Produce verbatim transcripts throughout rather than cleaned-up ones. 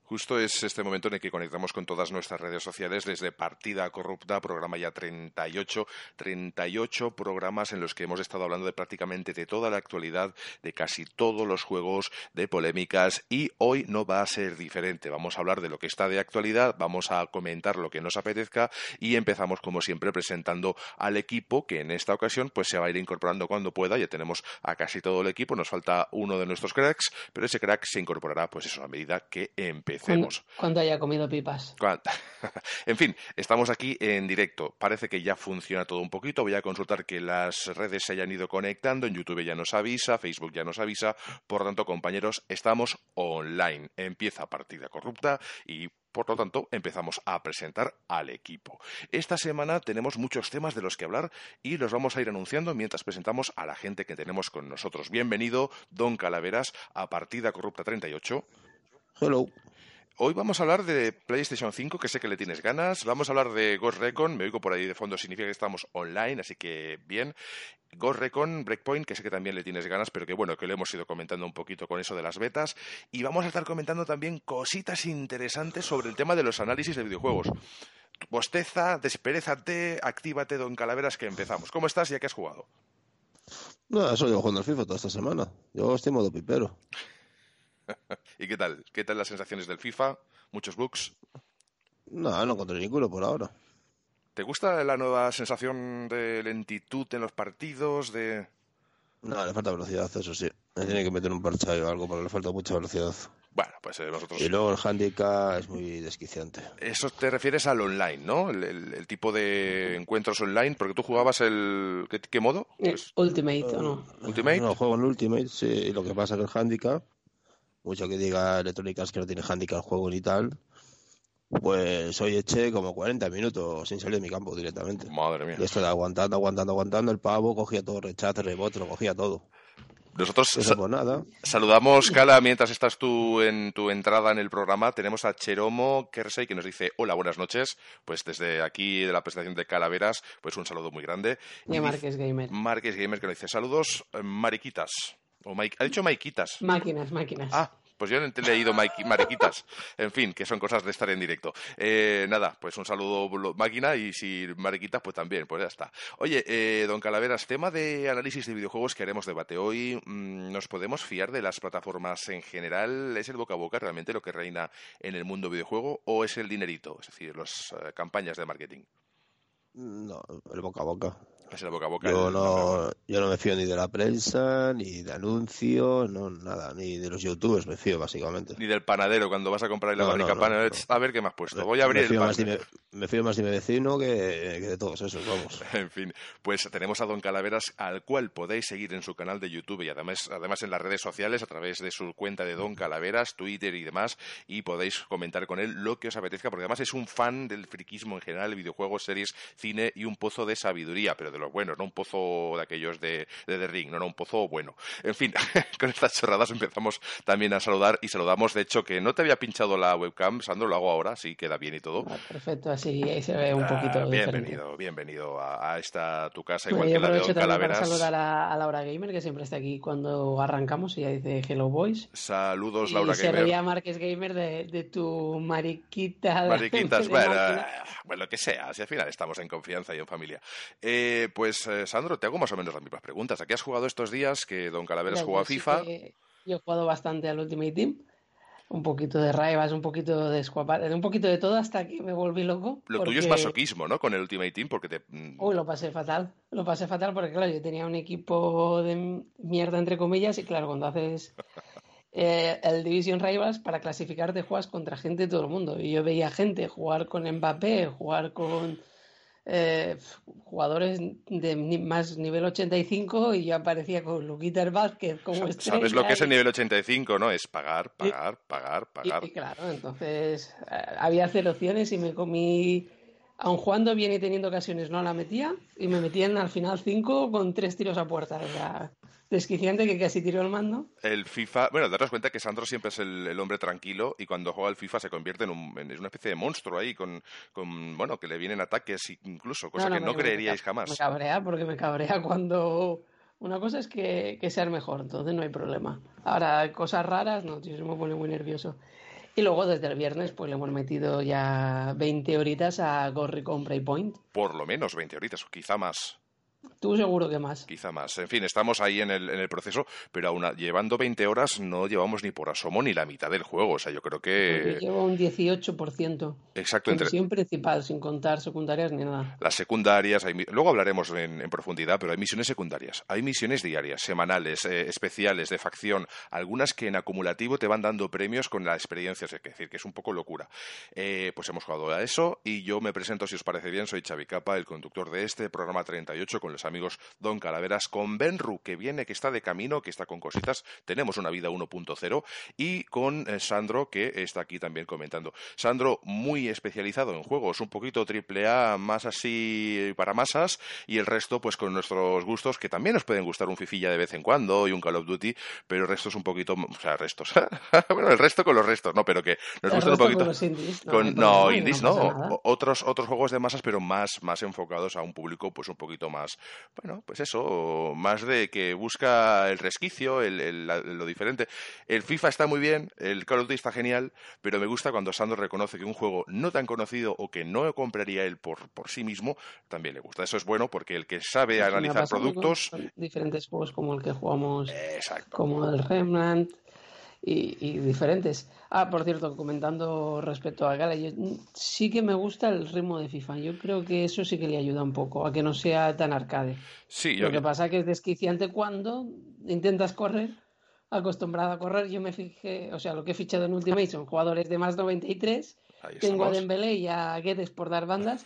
Justo es este momento en el que conectamos con todas nuestras redes sociales desde Partida Corrupta, programa ya treinta y ocho, treinta y ocho programas en los que hemos estado hablando de prácticamente de toda la actualidad, de casi todos los juegos, de polémicas, y hoy no va a ser diferente. Vamos a hablar de lo que está de actualidad, vamos a comentar lo que nos apetezca y empezamos como siempre presentando al equipo que en esta ocasión pues se va a ir incorporando cuando pueda. Ya tenemos a casi todo el equipo, nos falta uno de nuestros cracks, pero ese crack se incorporará pues eso a medida que empecemos. Cuando, cuando haya comido pipas. En fin, estamos aquí en directo. Parece que ya funciona todo un poquito. Voy a consultar que las redes se hayan ido conectando. En YouTube ya nos avisa, Facebook ya nos avisa. Por lo tanto, compañeros, estamos online. Empieza Partida Corrupta y por lo tanto, empezamos a presentar al equipo. Esta semana tenemos muchos temas de los que hablar y los vamos a ir anunciando mientras presentamos a la gente que tenemos con nosotros. Bienvenido, Don Calaveras, a Partida Corrupta treinta y ocho. Hello. Hoy vamos a hablar de PlayStation cinco, que sé que le tienes ganas. Vamos a hablar de Ghost Recon. Me oigo por ahí de fondo, significa que estamos online, así que bien. Ghost Recon, Breakpoint, que sé que también le tienes ganas, pero que bueno, que lo hemos ido comentando un poquito con eso de las betas. Y vamos a estar comentando también cositas interesantes sobre el tema de los análisis de videojuegos. Bosteza, desperezate, actívate, Don Calaveras, que empezamos. ¿Cómo estás y a qué has jugado? No, eso llevo jugando al FIFA toda esta semana. Yo estoy en modo pipero. ¿Y qué tal? ¿Qué tal las sensaciones del FIFA? ¿Muchos bugs? No, no encontré ninguno por ahora. ¿Te gusta la nueva sensación de lentitud en los partidos? De... No, le falta velocidad, eso sí. Me tiene que meter un parche o algo porque le falta mucha velocidad. Bueno, pues eh, nosotros... Y luego el handicap es muy desquiciante. Eso te refieres al online, ¿no? El, el, el tipo de encuentros online, porque tú jugabas el... ¿Qué, qué modo? Pues... Ultimate, ¿o no? ¿Ultimate? No, juego en Ultimate, sí. Y lo que pasa es que el handicap, mucho que diga Electrónicas que no tiene handicap el juego ni tal, pues hoy eché como cuarenta minutos sin salir de mi campo directamente. Madre mía. Y esto de aguantando, aguantando, aguantando, el pavo cogía todo, rechace, rebote, lo cogía todo. Nosotros Eso pues nada. Saludamos, Cala, mientras estás tú en tu entrada en el programa. Tenemos a Cheromo Kersey que nos dice hola, buenas noches. Pues desde aquí de la presentación de Calaveras, pues un saludo muy grande. Y, y Marques Gamer. Marques Gamer que nos dice saludos, mariquitas. O Mike, ha dicho maiquitas. Máquinas, máquinas. Ah. Pues yo no he leído mariquitas. En fin, que son cosas de estar en directo. Eh, nada, pues un saludo máquina y si mariquitas, pues también, pues ya está. Oye, eh, Don Calaveras, tema de análisis de videojuegos que haremos debate hoy. ¿Nos podemos fiar de las plataformas en general? ¿Es el boca a boca realmente lo que reina en el mundo videojuego o es el dinerito? Es decir, las uh, campañas de marketing. No, el boca a boca. Es el boca a boca. Yo no, yo no me fío ni de la prensa, ni de anuncios, no, nada, ni de los youtubers me fío, básicamente. Ni del panadero cuando vas a comprar la barrica no, no, pan. No, no. A ver qué me has puesto. Voy a abrir me el pan. Me, me fío más de mi vecino que, que de todos esos, vamos. En fin, pues tenemos a Don Calaveras, al cual podéis seguir en su canal de YouTube y además, además en las redes sociales a través de su cuenta de Don Calaveras, Twitter y demás, y podéis comentar con él lo que os apetezca, porque además es un fan del friquismo en general, videojuegos, series, cine y un pozo de sabiduría, pero de los buenos, no un pozo de aquellos de, de The Ring, no, no, un pozo bueno. En fin, con estas chorradas empezamos también a saludar y saludamos, de hecho, que no te había pinchado la webcam, Sandro, lo hago ahora, sí, queda bien y todo. Ah, perfecto, así ahí se ve un poquito ah, bienvenido, diferente. Bienvenido a, a esta tu casa, bueno, igual que la de Don Calaveras. Para saludar a, a Laura Gamer, que siempre está aquí cuando arrancamos, y ya dice Hello Boys. Saludos, y Laura se Gamer. Se reía Marques Gamer de, de tu mariquita. Mariquitas, bueno, bueno, lo que sea, si al final estamos en confianza y en familia. Eh, pues, eh, Sandro, te hago más o menos las mismas preguntas. ¿A qué has jugado estos días que Don Calaveras Mira, jugó a sí FIFA? Yo he jugado bastante al Ultimate Team. Un poquito de raivas, un poquito de squad, un poquito de todo hasta que me volví loco. Lo porque... tuyo es masoquismo, ¿no? Con el Ultimate Team, porque te... Uy, lo pasé fatal. Lo pasé fatal porque, claro, yo tenía un equipo de mierda, entre comillas, y claro, cuando haces eh, el Division Rivals, para clasificarte juegas contra gente de todo el mundo. Y yo veía gente jugar con Mbappé, jugar con... Eh, jugadores de ni, más nivel ochenta y cinco y yo aparecía con Luquita Vázquez como estrella. ¿Sabes lo que es el nivel ochenta y cinco, no? Es pagar, pagar, y, pagar, pagar. Y, y claro, entonces eh, había cero opciones y me comí, aun jugando bien y teniendo ocasiones, no la metía y me metían al final cinco con tres tiros a puerta. O sea, desquiciante que casi tiró el mando. El FIFA, bueno, daros cuenta que Sandro siempre es el, el hombre tranquilo y cuando juega al FIFA se convierte en, un, en una especie de monstruo ahí con, con, bueno, que le vienen ataques incluso, cosa no, no, que no me, creeríais me, jamás. Me cabrea porque me cabrea cuando... Una cosa es que, que sea el mejor, entonces no hay problema. Ahora, cosas raras, no, tío, se me pone muy nervioso. Y luego desde el viernes pues le hemos metido ya veinte horitas a Ghost Recon Breakpoint. Por lo menos veinte horitas, o quizá más. Tú seguro que más. Quizá más. En fin, estamos ahí en el, en el proceso, pero aún llevando veinte horas no llevamos ni por asomo ni la mitad del juego. O sea, yo creo que... Yo llevo un dieciocho por ciento. Exacto. Entre... principal, sin contar secundarias ni nada. Las secundarias, hay... luego hablaremos en, en profundidad, pero hay misiones secundarias. Hay misiones diarias, semanales, eh, especiales, de facción. Algunas que en acumulativo te van dando premios con la experiencia. Es decir, que es un poco locura. Eh, pues hemos jugado a eso y yo me presento, si os parece bien, soy Xavi Capa, el conductor de este programa treinta y ocho con los amigos Don Calaveras, con Benru, que viene, que está de camino, que está con cositas, tenemos una vida uno punto cero, y con eh, Sandro, que está aquí también comentando. Sandro, muy especializado en juegos, un poquito triple A, más así para masas, y el resto, pues con nuestros gustos, que también nos pueden gustar un fifilla de vez en cuando, y un Call of Duty, pero el resto es un poquito, o sea, restos, bueno, el resto con los restos, ¿no? Pero que nos el gustan un poquito... Con los indies, no, con... no, no indies no, no otros, otros juegos de masas, pero más, más enfocados a un público, pues un poquito más... Bueno, pues eso, más de que busca el resquicio, el, el, lo diferente. El FIFA está muy bien, el Call of Duty está genial, pero me gusta cuando Sandro reconoce que un juego no tan conocido o que no compraría él por, por sí mismo, también le gusta. Eso es bueno porque el que sabe pues analizar productos... Con diferentes juegos como el que jugamos, Exacto. Como el Remnant... Y, y diferentes. Ah, por cierto, comentando respecto a Gala, yo, sí que me gusta el ritmo de FIFA. Yo creo que eso sí que le ayuda un poco a que no sea tan arcade. Sí, yo... Lo que pasa es que es desquiciante cuando intentas correr, acostumbrado a correr. Yo me fijé, o sea, lo que he fichado en Ultimate son jugadores de más noventa y tres. Ahí tengo estamos. a Dembélé y a Guedes por dar bandas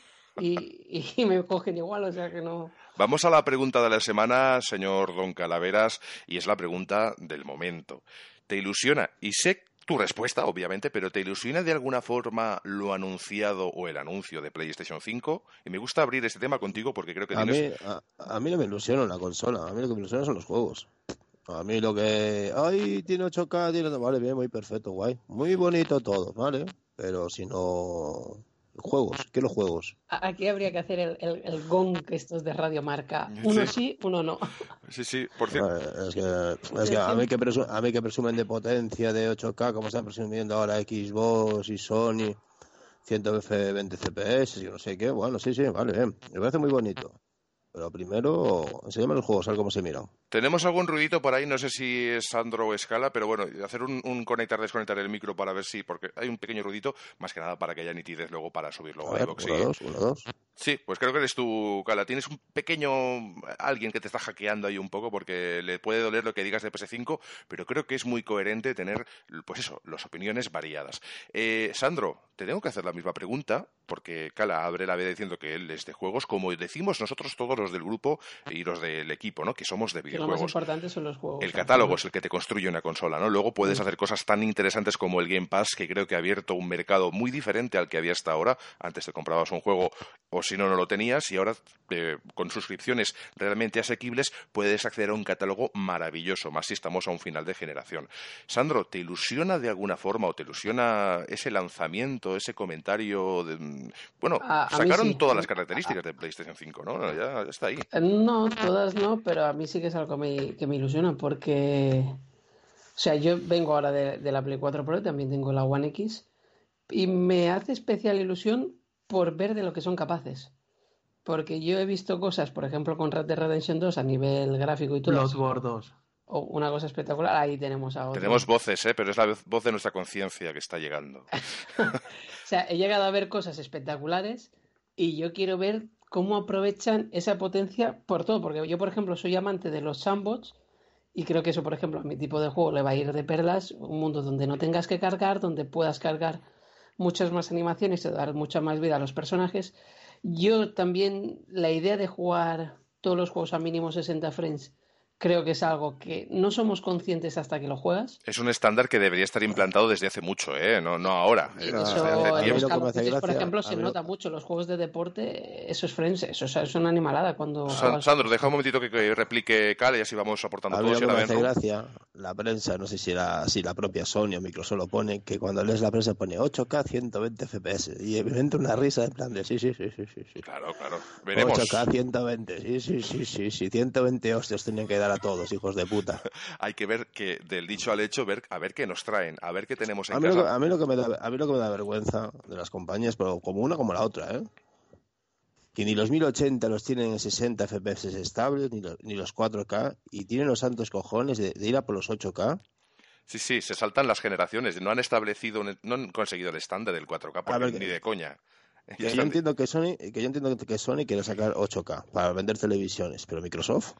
y, y me cogen igual, o sea que no... Vamos a la pregunta de la semana, señor Don Calaveras, y es la pregunta del momento. ¿Te ilusiona? Y sé tu respuesta, obviamente, pero ¿te ilusiona de alguna forma lo anunciado o el anuncio de PlayStation cinco? Y me gusta abrir este tema contigo porque creo que a tienes... Mí, a, a mí no me ilusiona la consola, a mí lo que me ilusiona son los juegos. A mí lo que... ¡Ay, tiene ocho K! Tiene... Vale, bien, muy perfecto, guay. Muy bonito todo, ¿vale? Pero si no... Juegos, ¿qué los juegos? Aquí habría que hacer el, el, el gong estos de Radio Marca. Uno sí, sí uno no. Sí, sí, por cierto. Es que, es que a, mí que presu- a mí que presumen de potencia de ocho K, como están presumiendo ahora Xbox y Sony, ciento veinte C P S y no sé qué, bueno, sí, sí, vale, bien. Me parece muy bonito. Pero primero, enséñame los juegos, a ver cómo se miran. Tenemos algún ruidito por ahí, no sé si es Sandro o Escala, pero bueno, hacer un, un conectar, desconectar el micro para ver si, porque hay un pequeño ruidito, más que nada para que haya nitidez luego para subirlo a iVoox. Uno, y... dos, uno, dos. Sí, pues creo que eres tú, Cala. Tienes un pequeño... alguien que te está hackeando ahí un poco porque le puede doler lo que digas de P S cinco, pero creo que es muy coherente tener, pues eso, las opiniones variadas. Eh, Sandro, te tengo que hacer la misma pregunta, porque Cala abre la veda diciendo que él es de juegos, como decimos nosotros todos los del grupo y los del equipo, ¿no? Que somos de videojuegos. Lo más importante son los juegos. El catálogo es el que te construye una consola, ¿no? Luego puedes hacer cosas tan interesantes como el Game Pass, que creo que ha abierto un mercado muy diferente al que había hasta ahora. Antes te comprabas un juego o si no, no lo tenías, y ahora eh, con suscripciones realmente asequibles puedes acceder a un catálogo maravilloso, más si estamos a un final de generación. Sandro, ¿te ilusiona de alguna forma o te ilusiona ese lanzamiento, ese comentario? De... Bueno, a, a sacaron sí. todas las características de PlayStation cinco, ¿no? Ya, ya está ahí. No, todas no, pero a mí sí que es algo que me, que me ilusiona porque... O sea, yo vengo ahora de, de la Play cuatro Pro, también tengo la One X, y me hace especial ilusión por ver de lo que son capaces. Porque yo he visto cosas, por ejemplo, con Red Dead Redemption dos a nivel gráfico y todo. Bloodborne dos. O una cosa espectacular, ahí tenemos a otro. Tenemos voces, ¿eh? Pero es la voz de nuestra conciencia que está llegando. O sea, he llegado a ver cosas espectaculares y yo quiero ver cómo aprovechan esa potencia por todo. Porque yo, por ejemplo, soy amante de los sandbox y creo que eso, por ejemplo, a mi tipo de juego le va a ir de perlas. Un mundo donde no tengas que cargar, donde puedas cargar muchas más animaciones y dar mucha más vida a los personajes. Yo también, la idea de jugar todos los juegos a mínimo sesenta frames, creo que es algo que no somos conscientes hasta que lo juegas. Es un estándar que debería estar implantado desde hace mucho, ¿eh? No, no ahora. Eso, en los Call of Duty, por ejemplo, se nota mucho. Los juegos de deporte, esos frames, eso es una animalada cuando... San, Sandro, deja un momentito que, que replique Cale y así vamos aportando a todos. Mí lo que me hace gracia, la prensa, no sé si la, si la propia Sony o Microsoft lo pone, que cuando lees la prensa pone ocho K ciento veinte F P S y me entra una risa en plan de sí, sí, sí, sí, sí, sí. Claro, claro. Veremos. ocho K ciento veinte, sí, sí, sí, sí, sí, ciento veinte hostias tenían que dar a todos, hijos de puta. Hay que ver que del dicho al hecho, ver a ver qué nos traen, a ver qué tenemos en a mí casa. Lo que, a, mí lo que me da, a mí lo que me da vergüenza de las compañías, pero como una como la otra, ¿eh? Que ni los mil ochenta los tienen en sesenta F P S estables, ni los, ni los cuatro K, y tienen los santos cojones de, de ir a por los ocho K. Sí, sí, se saltan las generaciones, no han establecido, no han conseguido el estándar del cuatro K, porque ver, ni de coña. Que yo, entiendo que, Sony, que yo entiendo que Sony quiere sacar ocho K para vender televisiones, pero Microsoft...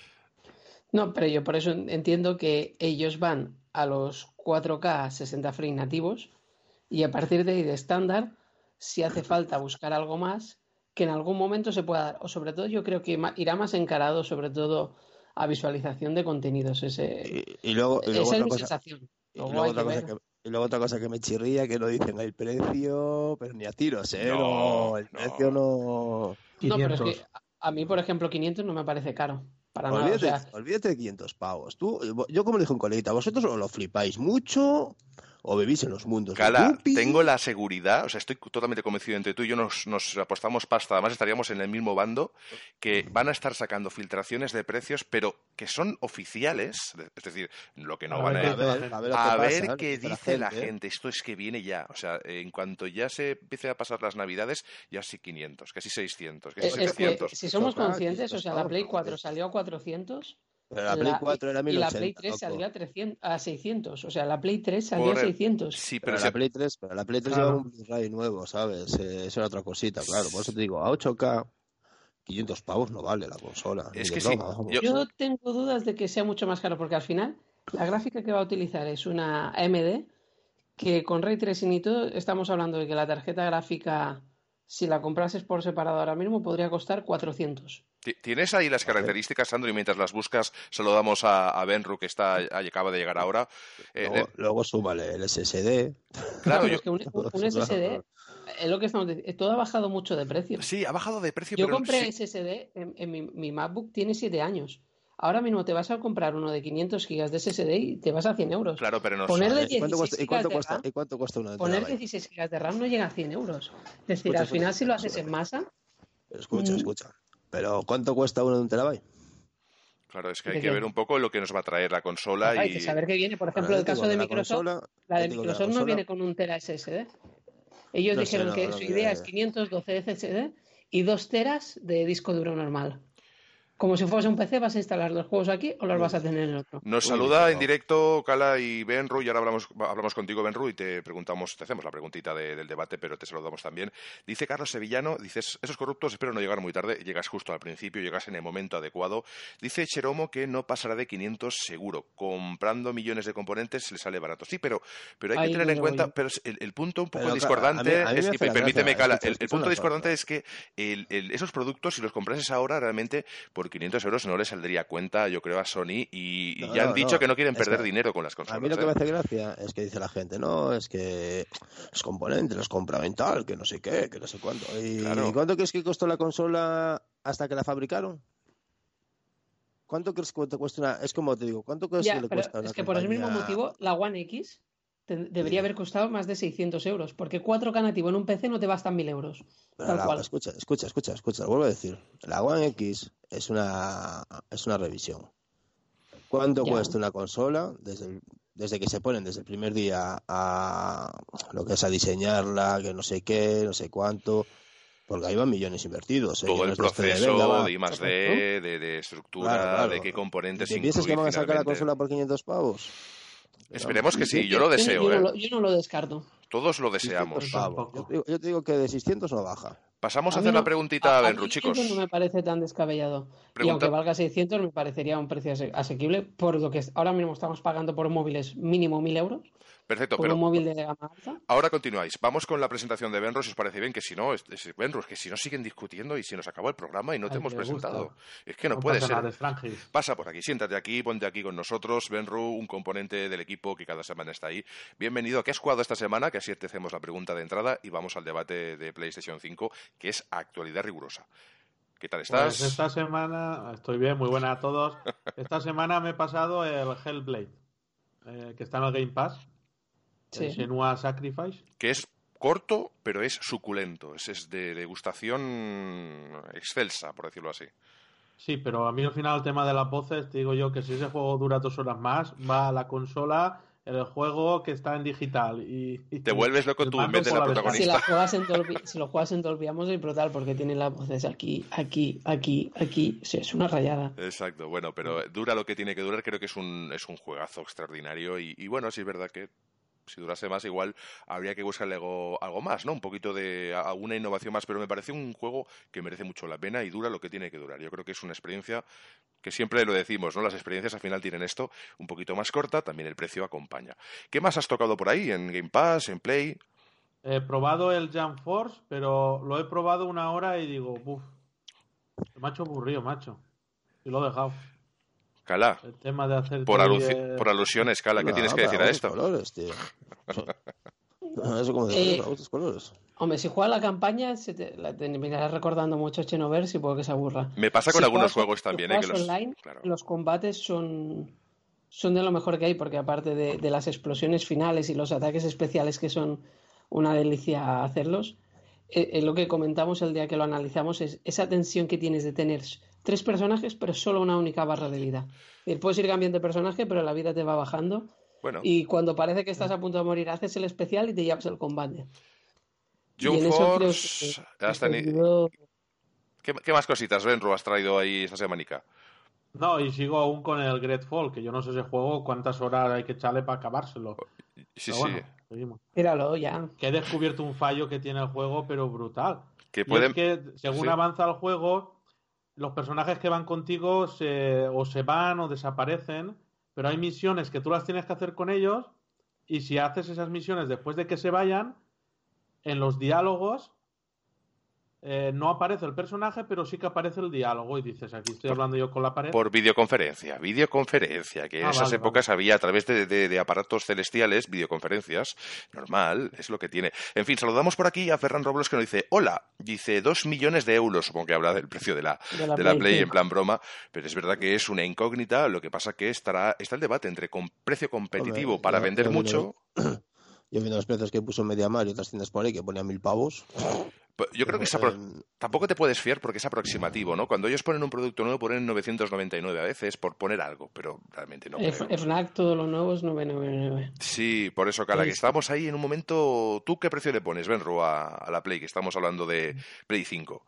No, pero yo por eso entiendo que ellos van a los cuatro K sesenta frames nativos y a partir de ahí de estándar, si hace falta buscar algo más, que en algún momento se pueda dar. O sobre todo yo creo que irá más encarado sobre todo a visualización de contenidos. Ese, y, y luego, y luego esa otra es mi cosa, sensación. Luego y, luego otra cosa que, y luego otra cosa que me chirría, que no dicen el precio, pero ni a tiros, ¿eh? No, no el no. precio no... No, pero es que a mí, por ejemplo, quinientos no me parece caro. Para olvídate, nada, o sea... olvídate de quinientos pavos. Tú, yo como le dije a un coleguita, vosotros o lo flipáis mucho o vivís en los mundos Cala, de Guppy. Tengo la seguridad, o sea, estoy totalmente convencido entre tú y yo nos, nos apostamos pasta, además estaríamos en el mismo bando, que van a estar sacando filtraciones de precios, pero que son oficiales, es decir, lo que no a van a... ver, a ver, a ver, a ver pasa, qué dice dice la la gente, gente, esto es que viene ya, o sea, en cuanto ya se empiece a pasar las navidades, ya sí quinientos, casi seiscientos, casi es setecientos. Que, si somos conscientes, o sea, la Play cuatro salió a cuatrocientos... Pero la Play la, cuatro era mil ochenta. Y la Play tres loco. salió a, trescientos, a seiscientos. O sea, la Play tres salió Por a el... seiscientos. Sí, pero, pero, pero la Play tres, pero la Play tres claro. llevaba un Blu-ray nuevo, ¿sabes? Eh, eso era otra cosita, claro. Por eso te digo, a ocho K, quinientos pavos no vale la consola. Es ni que de broma, sí. vamos. Yo... Yo tengo dudas de que sea mucho más caro, porque al final la gráfica que va a utilizar es una A M D, que con Ray Tracing y todo, estamos hablando de que la tarjeta gráfica, si la comprases por separado ahora mismo, podría costar cuatrocientos. ¿Tienes ahí las características, Sandro? Y mientras las buscas, se lo damos a, a Benru, que está acaba de llegar ahora. Eh, luego, le... luego súmale el S S D. Claro, yo... es que un, un S S D, es lo que estamos diciendo, todo ha bajado mucho de precio. Sí, ha bajado de precio. Yo pero compré sí. S S D, en, en mi, mi MacBook tiene siete años. Ahora mismo te vas a comprar uno de quinientos gigas de S S D y te vas a cien euros. Claro, pero no Ponerle sabe. ¿Y cuánto cuesta, dieciséis ¿y cuánto gigas cuesta, de RAM, ¿y cuánto cuesta uno de poner terabyte? dieciséis gigas de RAM no llega a cien euros. Es decir, Escucha, al final escucha, si lo escucha, haces en masa... Pero escucha, escucha. ¿Pero cuánto cuesta uno de un terabyte? Claro, es que hay que ver un poco lo que nos va a traer la consola. Ajá, y... hay que saber qué viene. Por ejemplo, bueno, el caso de la Microsoft, consola, la de digo, Microsoft la consola, no viene con un tera S S D. Ellos no dijeron sé, no, que no, su no, idea no, es quinientos doce S S D y dos teras de disco duro normal. Como si fuese un P C, vas a instalar los juegos aquí o los vas a tener en el otro. Nos Uy, saluda no. en directo Cala y Benru, y ahora hablamos, hablamos contigo, Benru, y te preguntamos, te hacemos la preguntita de, del debate, pero te saludamos también. Dice Carlos Sevillano, dices, esos corruptos espero no llegar muy tarde, llegas justo al principio, llegas en el momento adecuado. Dice Cheromo que no pasará de quinientos seguro, comprando millones de componentes se le sale barato. Sí, pero, pero hay Ahí que tener en llego cuenta, yo. pero el, el punto un poco Pero, discordante, a mí- a mí es, me y hace la permíteme, gracia, Cala, escucha, el, el escucha punto una discordante cosa. es que el, el, esos productos, si los comprases ahora, realmente por quinientos euros no le saldría cuenta, yo creo, a Sony, y, y No, ya no, han dicho no. que no quieren Es perder que dinero con las consolas. A mí lo que ¿eh? me hace gracia es que dice la gente, no, es que los componentes los compraban tal, que no sé qué, que no sé cuánto. ¿Y Claro. cuánto crees que costó la consola hasta que la fabricaron? ¿Cuánto crees que te cuesta una...? Es como te digo, ¿cuánto crees Ya, que le pero cuesta a una es que por el mismo compañía? motivo, la One X te- debería Sí. haber costado más de seiscientos euros, porque cuatro K nativo en un P C no te bastan mil euros. Pero Tal la- cual. escucha, escucha, escucha, escucha, lo vuelvo a decir. La One X es una, es una revisión. ¿Cuánto Ya. cuesta una consola desde, el- desde que se ponen desde el primer día a lo que es a diseñarla, que no sé qué, no sé cuánto? Porque ahí van millones invertidos. ¿eh? Todo Que no el es de esto de, proceso venga, va. de I más D, de, de estructura, Claro, claro. de qué componentes ¿Y te piensas que incluir van a sacar la finalmente. consola por quinientos pavos? Esperemos que sí, yo Yo- lo yo- deseo, yo no ¿eh? lo- yo no lo descarto. Todos lo deseamos. seiscientos Pavos. tampoco. Yo, te digo- yo te digo que de seiscientos no baja. Pasamos a, A mí hacer no- la preguntita a a Benru, mí chicos. quinientos no me parece tan descabellado. Y Pregunta- aunque valga seiscientos, me parecería un precio ase- asequible por lo que es- ahora mismo estamos pagando por móviles mínimo mil euros. Perfecto, Por pero un móvil de gama alta. ahora continuáis. Vamos con la presentación de Benru, si os parece bien, que si no, es, es- Benru, es que si no siguen discutiendo y si nos acabó el programa y no te Ay, hemos qué presentado. gusto. Es que no, No puede pasa ser. nada, Strangis. Pasa por aquí, siéntate aquí, ponte aquí con nosotros, Benru, un componente del equipo que cada semana está ahí. Bienvenido. ¿Qué has jugado esta semana? Que así te hacemos la pregunta de entrada y vamos al debate de PlayStation cinco, que es actualidad rigurosa. ¿Qué tal estás? Pues esta semana, estoy bien, muy buena a todos. Esta semana me he pasado el Hellblade. eh, que está en el Game Pass, Sí. el Shenmue Sacrifice. Que es corto, pero es suculento. Es, es de degustación excelsa, por decirlo así. Sí, pero a mí al final el tema de las voces, te digo yo que si ese juego dura dos horas más, va a la consola, el juego que está en digital y... y Te vuelves loco tú en vez de la protagonista. Si, la juegas en Dolby, si lo juegas en Dolby Atmos es brutal porque tiene las voces aquí, aquí, aquí, aquí. Sí, es una rayada. Exacto, bueno, pero dura lo que tiene que durar. Creo que es un, es un juegazo extraordinario y, y bueno, sí es verdad que si durase más igual habría que buscarle algo, algo más, ¿no? Un poquito de alguna innovación más, pero me parece un juego que merece mucho la pena y dura lo que tiene que durar. Yo creo que es una experiencia que siempre lo decimos, ¿no? Las experiencias al final tienen esto un poquito más corta, también el precio acompaña. ¿Qué más has tocado por ahí? ¿En Game Pass? ¿En Play? He probado el Jump Force, pero lo he probado una hora y digo, uff, me ha hecho aburrido, macho. Y lo he dejado. Cala, el tema de hacer por, alusi eh... por alusiones, Cala, ¿qué no, tienes que decir a esto? Colores, tío. Eso como de eh, otros colores. Hombre, si juegas la campaña, se te, la terminarás recordando mucho Xenoverse y puede que se aburra. Me pasa con si algunos juegas, juegos también. Si eh, que los, online, claro. los combates son, son de lo mejor que hay, porque aparte de, de las explosiones finales y los ataques especiales que son una delicia hacerlos, eh, eh, lo que comentamos el día que lo analizamos es esa tensión que tienes de tener tres personajes pero solo una única barra de vida. Es decir, puedes ir cambiando de personaje pero la vida te va bajando bueno. y cuando parece que estás a punto de morir haces el especial y te llevas el combate. Jump Force... Que hasta ni... ¿Qué, ¿Qué más cositas, Benro, has traído ahí esta semanica? No, y sigo aún con el Greatfall, que yo no sé ese juego cuántas horas hay que echarle para acabárselo. Sí, pero sí. Bueno, seguimos. Míralo ya. Que he descubierto un fallo que tiene el juego, pero brutal. Que pueden... es que según sí. avanza el juego, los personajes que van contigo se, o se van o desaparecen, pero hay misiones que tú las tienes que hacer con ellos y si haces esas misiones después de que se vayan, en los diálogos eh, no aparece el personaje, pero sí que aparece el diálogo y dices, aquí estoy hablando yo con la pared. Por videoconferencia, videoconferencia, que en ah, esas vale, épocas vale. había a través de, de, de aparatos celestiales, videoconferencias, normal, es lo que tiene. En fin, saludamos por aquí a Ferran Robles que nos dice, hola, dice dos millones de euros, supongo que habla del precio de la, de la, de la Play, Play en plan broma, pero es verdad que es una incógnita, lo que pasa que estará, está el debate entre con precio competitivo Hombre, para yo, vender yo mucho... Vino, yo vi los precios que puso Mediamar y otras tiendas por ahí que ponían mil pavos. Yo creo que es apro... tampoco te puedes fiar porque es aproximativo, ¿no? Cuando ellos ponen un producto nuevo ponen novecientos noventa y nueve a veces por poner algo, pero realmente no creo. FNAC, todo lo nuevo es novecientos noventa y nueve. Sí, por eso, Cala, que estamos ahí en un momento... ¿Tú qué precio le pones, Benro, a, a la Play? Que estamos hablando de Play cinco.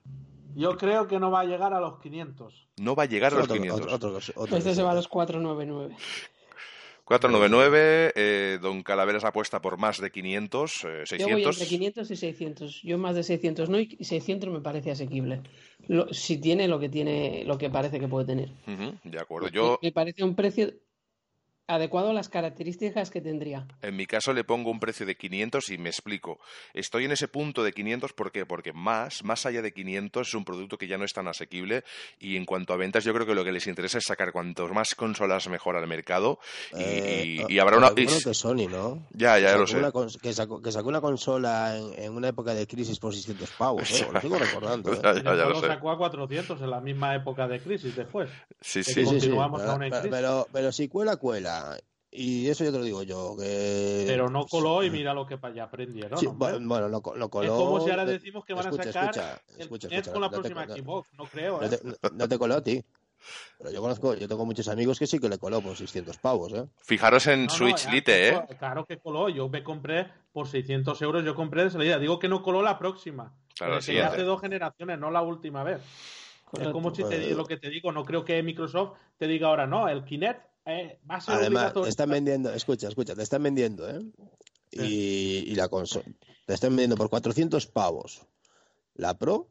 Yo creo que no va a llegar a los quinientos. No va a llegar a los otro, quinientos. Otro, otro, otro, otro, este se va a los cuatrocientos noventa y nueve. cuatrocientos noventa y nueve, eh, Don Calaveras apuesta por más de quinientos, eh, seiscientos. Yo voy entre quinientos y seiscientos. Yo más de seiscientos no, y seiscientos me parece asequible. Lo, si tiene lo que tiene, lo que parece que puede tener. Uh-huh, de acuerdo. Yo me, me parece un precio adecuado a las características que tendría. En mi caso le pongo un precio de quinientos y me explico. Estoy en ese punto de quinientos, ¿por qué? Porque más, más allá de quinientos es un producto que ya no es tan asequible y en cuanto a ventas yo creo que lo que les interesa es sacar cuantos más consolas mejor al mercado y, eh, y, y habrá una... Bueno que Sony, ¿no? Ya, ya lo sé. Una, que, sacó, que sacó una consola en, en una época de crisis por seiscientos pavos, ¿eh? Lo sigo recordando. ¿eh? ya, ya, ya lo, lo sé. sacó a cuatrocientos en la misma época de crisis después. Sí, sí. sí, continuamos sí, sí. a una Pero, crisis. pero, pero si cuela, cuela. Y eso yo te lo digo yo. Que... Pero no coló y mira lo que ya aprendieron. Sí, ¿no? bueno, no, no coló. Es como si ahora decimos que van escucha, a sacar escucha, el escucha, Kinect escucha, con la no próxima te, Xbox. No creo, ¿eh? No te, no, no te coló a ti. Pero yo conozco, yo tengo muchos amigos que sí que le coló por seiscientos pavos, ¿eh? Fijaros en no, Switch no, Lite, ¿eh? Claro que coló. Yo me compré por seiscientos euros. Yo compré de salida. Digo que no coló la próxima. Claro, que ya hace dos generaciones, no la última vez. Correcto. Es como si te, lo que te digo. No creo que Microsoft te diga ahora, no, el Kinect eh, va a ser Además, obligatorio. te están vendiendo, escucha, escucha, te están vendiendo, ¿eh? Sí. Y, y la consola. Te están vendiendo por cuatrocientos pavos la Pro.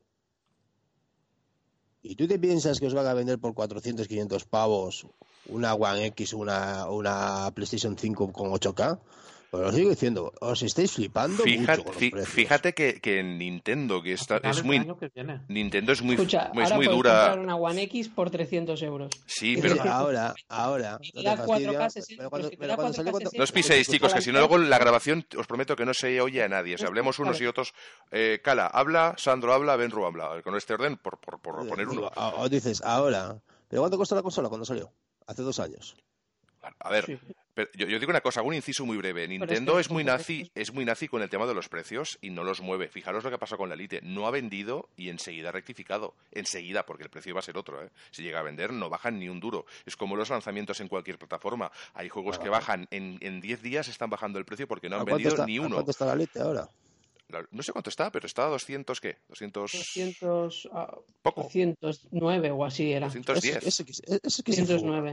¿Y tú te piensas que os van a vender por cuatrocientos, quinientos pavos una One X o una, una PlayStation cinco con ocho K? Pues lo sigo diciendo, os estáis flipando fíjate, mucho con los fí, precios. Fíjate que, que Nintendo, que está, es muy... Nintendo es muy, Escucha, es ahora muy puedes dura... comprar una One X por trescientos euros. Sí, pero... Sí, ahora, ahora... No te cuatro K sesenta, pero cuando, pero pero cuando salió... No os piséis, chicos, que si no luego la grabación os prometo que no se oye a nadie. Si hablemos unos y otros... Eh, Cala, habla, Sandro habla, Benru habla. Con este orden, por, por, por poner uno. O dices, ahora... ¿Pero cuánto costó la consola cuando salió? Hace dos años. A ver, Sí. pero yo, yo digo una cosa, hago un inciso muy breve. Nintendo es, es muy nazi, es muy nazi con el tema de los precios y no los mueve. Fijaros lo que ha pasado con la Elite. No ha vendido y enseguida ha rectificado. Enseguida, porque el precio va a ser otro, ¿eh? Si llega a vender, no bajan ni un duro. Es como los lanzamientos en cualquier plataforma. Hay juegos ah, que bajan, en, en diez días están bajando el precio porque no han vendido está, ni uno. ¿A cuánto está la Elite ahora? No sé cuánto está, pero está a doscientos, ¿qué? doscientos... doscientos, uh, poco. doscientos nueve o así era. doscientos diez. Ese, ese, ese, ese que doscientos nueve.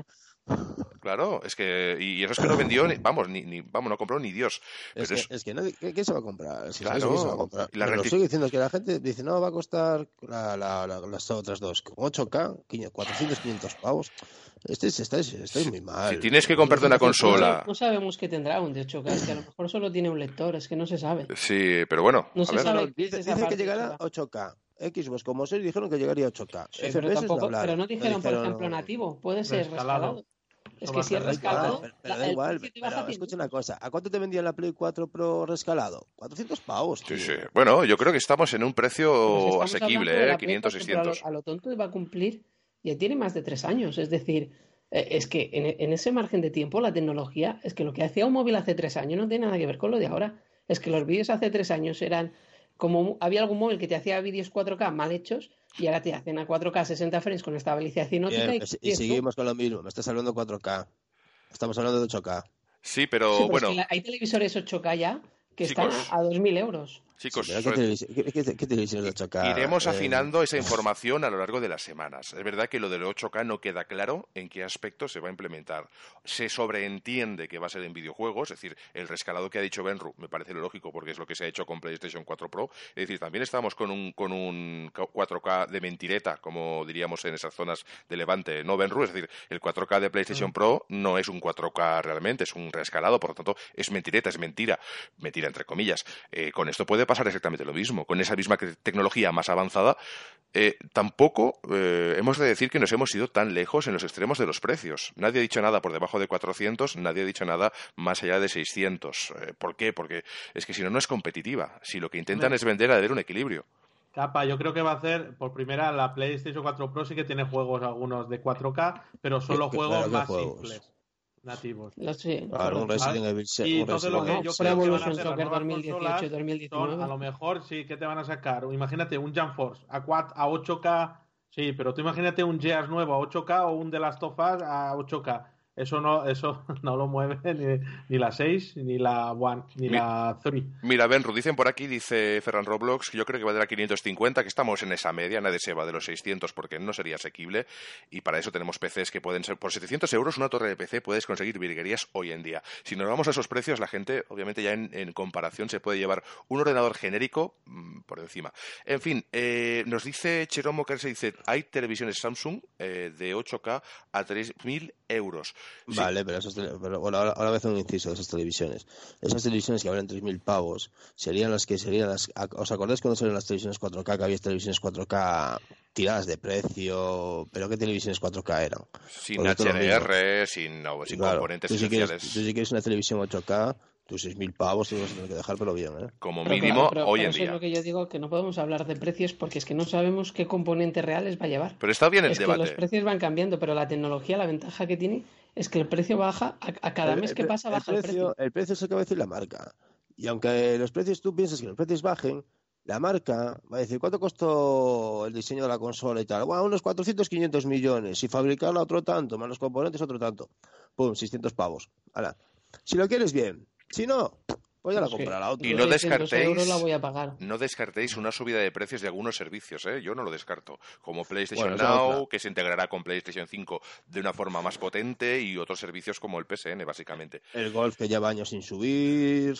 Claro, es que... Y eso es que no vendió, ni, vamos, ni, ni vamos, no compró ni Dios. Pero es, que, es... es que nadie, ¿qué, ¿qué se va a comprar? Si claro. ¿Qué se va a comprar? Y la Lo recti... que estoy diciendo es que la gente dice, no, va a costar la, la, la, las otras dos, con ocho K, cuatrocientos, quinientos pavos. Estáis, estáis, estáis muy mal. Si tienes que comprarte una consola... No sabemos qué tendrá un de ocho K, es que a lo mejor solo tiene un lector, es que no se sabe. Sí, pero bueno. No a se ver. sabe. No, dice, dice que llegará a ocho K. Xbox como seis dijeron que llegaría a ocho K. Sí, pero, tampoco, no pero no dijeron, no dijeron, por ejemplo, no, nativo. Puede ser rescalado. rescalado. Es que si es rescalado, pero, pero da igual. Pero, escucha una cosa, ¿a cuánto te vendían la Play cuatro Pro rescalado? cuatrocientos pavos, tío. Sí, sí. Bueno, yo creo que estamos en un precio asequible, ¿eh? quinientos, seiscientos. A lo, a lo tonto va a cumplir, ya tiene más de tres años. Es decir, eh, es que en, en ese margen de tiempo la tecnología, es que lo que hacía un móvil hace tres años no tiene nada que ver con lo de ahora. Es que los vídeos hace tres años eran como había algún móvil que te hacía vídeos cuatro K mal hechos y ahora te hacen a cuatro K sesenta frames con estabilización óptica. Bien, y, y seguimos con lo mismo. Me estás hablando de cuatro K. Estamos hablando de ocho K. Sí, pero, sí, pero bueno. Es que la, hay televisores ocho K ya que chicos, están a dos mil euros. Chicos, sí, ¿qué, televisión, ¿qué, qué, qué televisión de ocho K? Iremos eh... afinando esa información a lo largo de las semanas. Es verdad que lo del ocho K no queda claro en qué aspecto se va a implementar. Se sobreentiende que va a ser en videojuegos, es decir, el rescalado que ha dicho Benru me parece lógico porque es lo que se ha hecho con PlayStation cuatro Pro. Es decir, también estamos con un, con un cuatro K de mentireta, como diríamos en esas zonas de Levante, ¿no, Benru? Es decir, el cuatro K de PlayStation Pro no es un cuatro K realmente, es un rescalado, por lo tanto, es mentireta, es mentira. Mentira, entre comillas. Eh, con esto puede pasar exactamente lo mismo. Con esa misma tecnología más avanzada, eh, tampoco eh, hemos de decir que nos hemos ido tan lejos en los extremos de los precios. Nadie ha dicho nada por debajo de cuatrocientos, nadie ha dicho nada más allá de seiscientos. Eh, ¿Por qué? Porque es que si no, no es competitiva. Si lo que intentan es vender, a ver un equilibrio. Capa, yo creo que va a hacer, por primera, la PlayStation cuatro Pro sí que tiene juegos algunos de cuatro K, pero solo juegos más juegos? simples. Nativos. Sí. Claro, un Resident Evil seis. Y entonces lo que yo creo que van a hacer las nuevas dos mil dieciocho, dos mil diecinueve. son, a lo mejor sí que te van a sacar. Imagínate un Jump Force a, cuatro, a ocho K, sí, pero tú imagínate un Gears nuevo a ocho K o un The Last of Us a ocho K. Eso no, eso no lo mueve ni, ni la seis, ni la One, ni Mi, la tres. Mira, Benru, dicen por aquí, dice Ferran Roblox, que yo creo que va de la quinientos cincuenta, que estamos en esa media, nadie se va de los seiscientos porque no sería asequible, y para eso tenemos P Cs que pueden ser, por setecientos euros una torre de P C puedes conseguir virguerías hoy en día. Si nos vamos a esos precios, la gente, obviamente ya en, en comparación, se puede llevar un ordenador genérico mmm, por encima. En fin, eh, nos dice Cheromo que se dice, hay televisiones Samsung eh, de ocho K a tres mil euros. Sí. Vale, pero, esos tele... pero bueno, ahora, ahora voy a hacer un inciso de esas televisiones. Esas televisiones que valen tres mil pavos serían las que serían las... ¿Os acordáis cuando salieron las televisiones cuatro K? Que había televisiones cuatro K tiradas de precio, pero ¿qué televisiones cuatro K eran? Sin H D R, sin, no, sin claro, componentes tú si esenciales. Quieres, tú si quieres una televisión ocho K, tus seis mil pavos te vas a tener que dejar, pero bien, ¿eh? Como pero mínimo, claro, pero, hoy pero en eso día. Es lo que yo digo, que no podemos hablar de precios porque es que no sabemos qué componentes reales va a llevar. Pero está bien el es debate. Que los precios van cambiando, pero la tecnología, la ventaja que tiene es que el precio baja, a, a cada el, mes que el, pasa baja el precio, el precio. El precio es el que va a decir la marca. Y aunque los precios, tú piensas que los precios bajen, la marca va a decir, ¿cuánto costó el diseño de la consola y tal? Bueno, unos cuatrocientos, quinientos millones. Y fabricarla otro tanto, más los componentes otro tanto. Pum, seiscientos pavos. Ahora, si lo quieres bien. Si no, pues ya la comprará otro. Y no descartéis, la voy a pagar. no descartéis una subida de precios de algunos servicios, ¿eh? Yo no lo descarto. Como PlayStation bueno, Now, claro. que se integrará con PlayStation cinco de una forma más potente, y otros servicios como el P S N, básicamente. El Golf, que lleva años sin subir.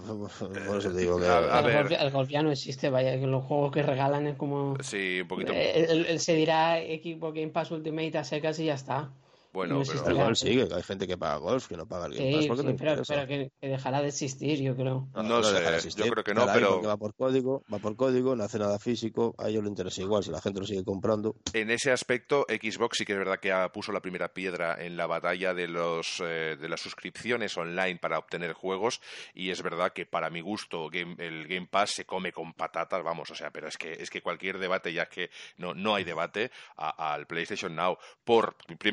Por eso te digo que... A, a el, ver. golf, el Golf ya no existe, vaya, que los juegos que regalan es como... Sí, un poquito. El, el, se dirá equipo Game Pass Ultimate a secas y ya está. Bueno, no pero... El Golf sigue, que hay gente que paga Golf, que no paga el Game sí, Pass. ¿Por qué sí, no pero, pero que, que dejará de existir, yo creo. No, no sé, yo creo que no, pero... Va por código, va por código, no hace nada físico, a ellos les interesa igual, si la gente lo sigue comprando. En ese aspecto, Xbox sí que es verdad que puso la primera piedra en la batalla de los eh, de las suscripciones online para obtener juegos, y es verdad que para mi gusto game, el Game Pass se come con patatas, vamos, o sea, pero es que es que cualquier debate, ya que no no hay debate, a, al PlayStation Now, por primero por el tiempo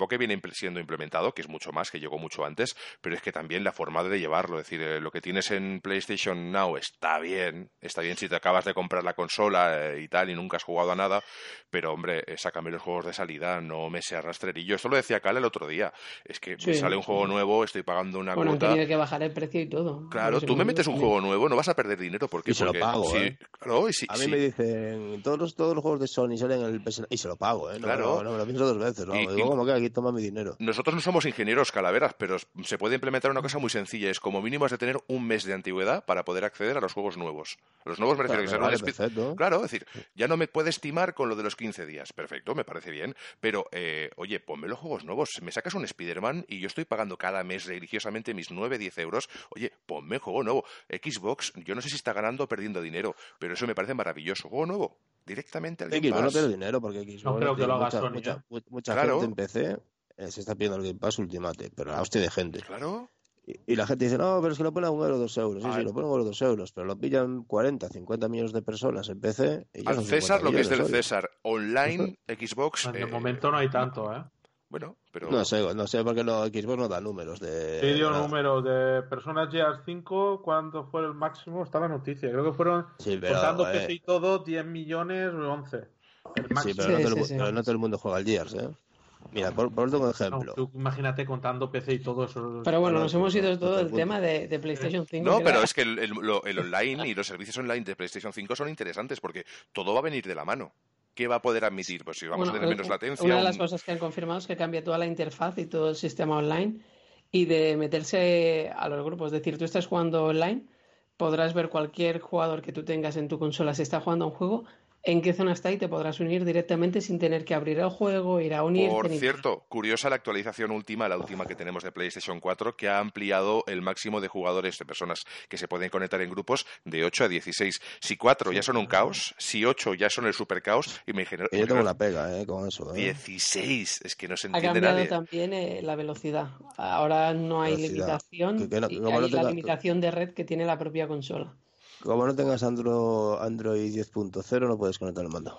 equipo que viene siendo implementado, que es mucho más, que llegó mucho antes, pero es que también la forma de llevarlo, es decir, eh, lo que tienes en PlayStation Now está bien, está bien si te acabas de comprar la consola eh, y tal y nunca has jugado a nada, pero hombre, eh, sácame los juegos de salida, no me sea rastrerillo. Esto lo decía Cal el otro día, es que Sí, me sale un sí. juego nuevo, estoy pagando una Bueno, han cuota. tenido que bajar el precio y todo. Claro, tú me metes un juego nuevo, no vas a perder dinero, ¿por qué? Y se lo Porque pago, sí, ¿eh? claro, y sí, A mí sí. me dicen, todos los, todos los juegos de Sony salen en el P S N y se lo pago, ¿eh? No, Claro. no, no me lo pienso dos veces, ¿no? Y- Digo, y- como que aquí toma mi dinero. Nosotros no somos ingenieros calaveras, pero se puede implementar una cosa muy sencilla. Es como mínimo has de tener un mes de antigüedad para poder acceder a los juegos nuevos. Los nuevos me refiero Claro, a que sean vale, un speed- perfecto. Claro, es decir, ya no me puedes estimar con lo de los quince días. Perfecto, me parece bien. Pero, eh, oye, ponme los juegos nuevos. Me sacas un Spider-Man y yo estoy pagando cada mes religiosamente mis nueve, diez euros. Oye, ponme juego nuevo. Xbox, yo no sé si está ganando o perdiendo dinero, pero eso me parece maravilloso. Juego nuevo, directamente al Game Xbox no Pass. pierde dinero porque Xbox No creo que tiene lo haga mucha, Sony, mucha, ¿eh? mu- mucha Claro. gente en P C eh, se está pidiendo el Game Pass Ultimate, pero la hostia de gente. Claro. Y, y la gente dice, no, pero es que lo ponen a un euro, dos euros. Sí, Ah. sí, lo ponen a un euro, dos euros, pero lo pillan cuarenta, cincuenta millones de personas en P C. Y ya Al son César cincuenta lo que es del millones, oye. César. Online, Xbox... De eh, momento no hay tanto, ¿eh? Bueno, pero... No sé, no sé, porque no, Xbox no da números de... Sí, dio nada. números de personas G R cinco, ¿cuánto fue el máximo? Está la noticia. Creo que fueron, Sí, pero, contando eh, P C y todo, diez millones o once. El máximo. Sí, pero, Sí, no, todo el, sí, mu- sí. pero no todo el mundo juega al Gears, ¿eh? Mira, por, por un No, ejemplo. tú imagínate contando P C y todo eso. Pero bueno, Claro, nos hemos pero ido no todo te el apunto. tema de, de PlayStation cinco. No, que pero era- es que el, el- lo- el online y los servicios online de PlayStation cinco son interesantes porque todo va a venir de la mano. ¿Qué va a poder admitir? Pues si vamos Bueno, a tener el- menos latencia... Una de las un- cosas que han confirmado es que cambia toda la interfaz y todo el sistema online y de meterse a los grupos. Es decir, tú estás jugando online, podrás ver cualquier jugador que tú tengas en tu consola si está jugando a un juego, en qué zona está y te podrás unir directamente sin tener que abrir el juego, ir a unirte. Por ni- cierto, curiosa la actualización última, la última que tenemos de PlayStation cuatro, que ha ampliado el máximo de jugadores, de personas que se pueden conectar en grupos, de ocho a dieciséis. Si cuatro ya son un caos, si ocho ya son el super caos, y me genera... Que yo tengo una pega, ¿eh? Con eso, ¿eh? dieciséis, es que no se Ha entiende cambiado nadie. también eh, la velocidad. Ahora no hay Velocidad. limitación, Que- que no- y como no hay la tenga- limitación de red que tiene la propia consola. Como no tengas Andro- Android diez punto cero, no puedes conectar el mando.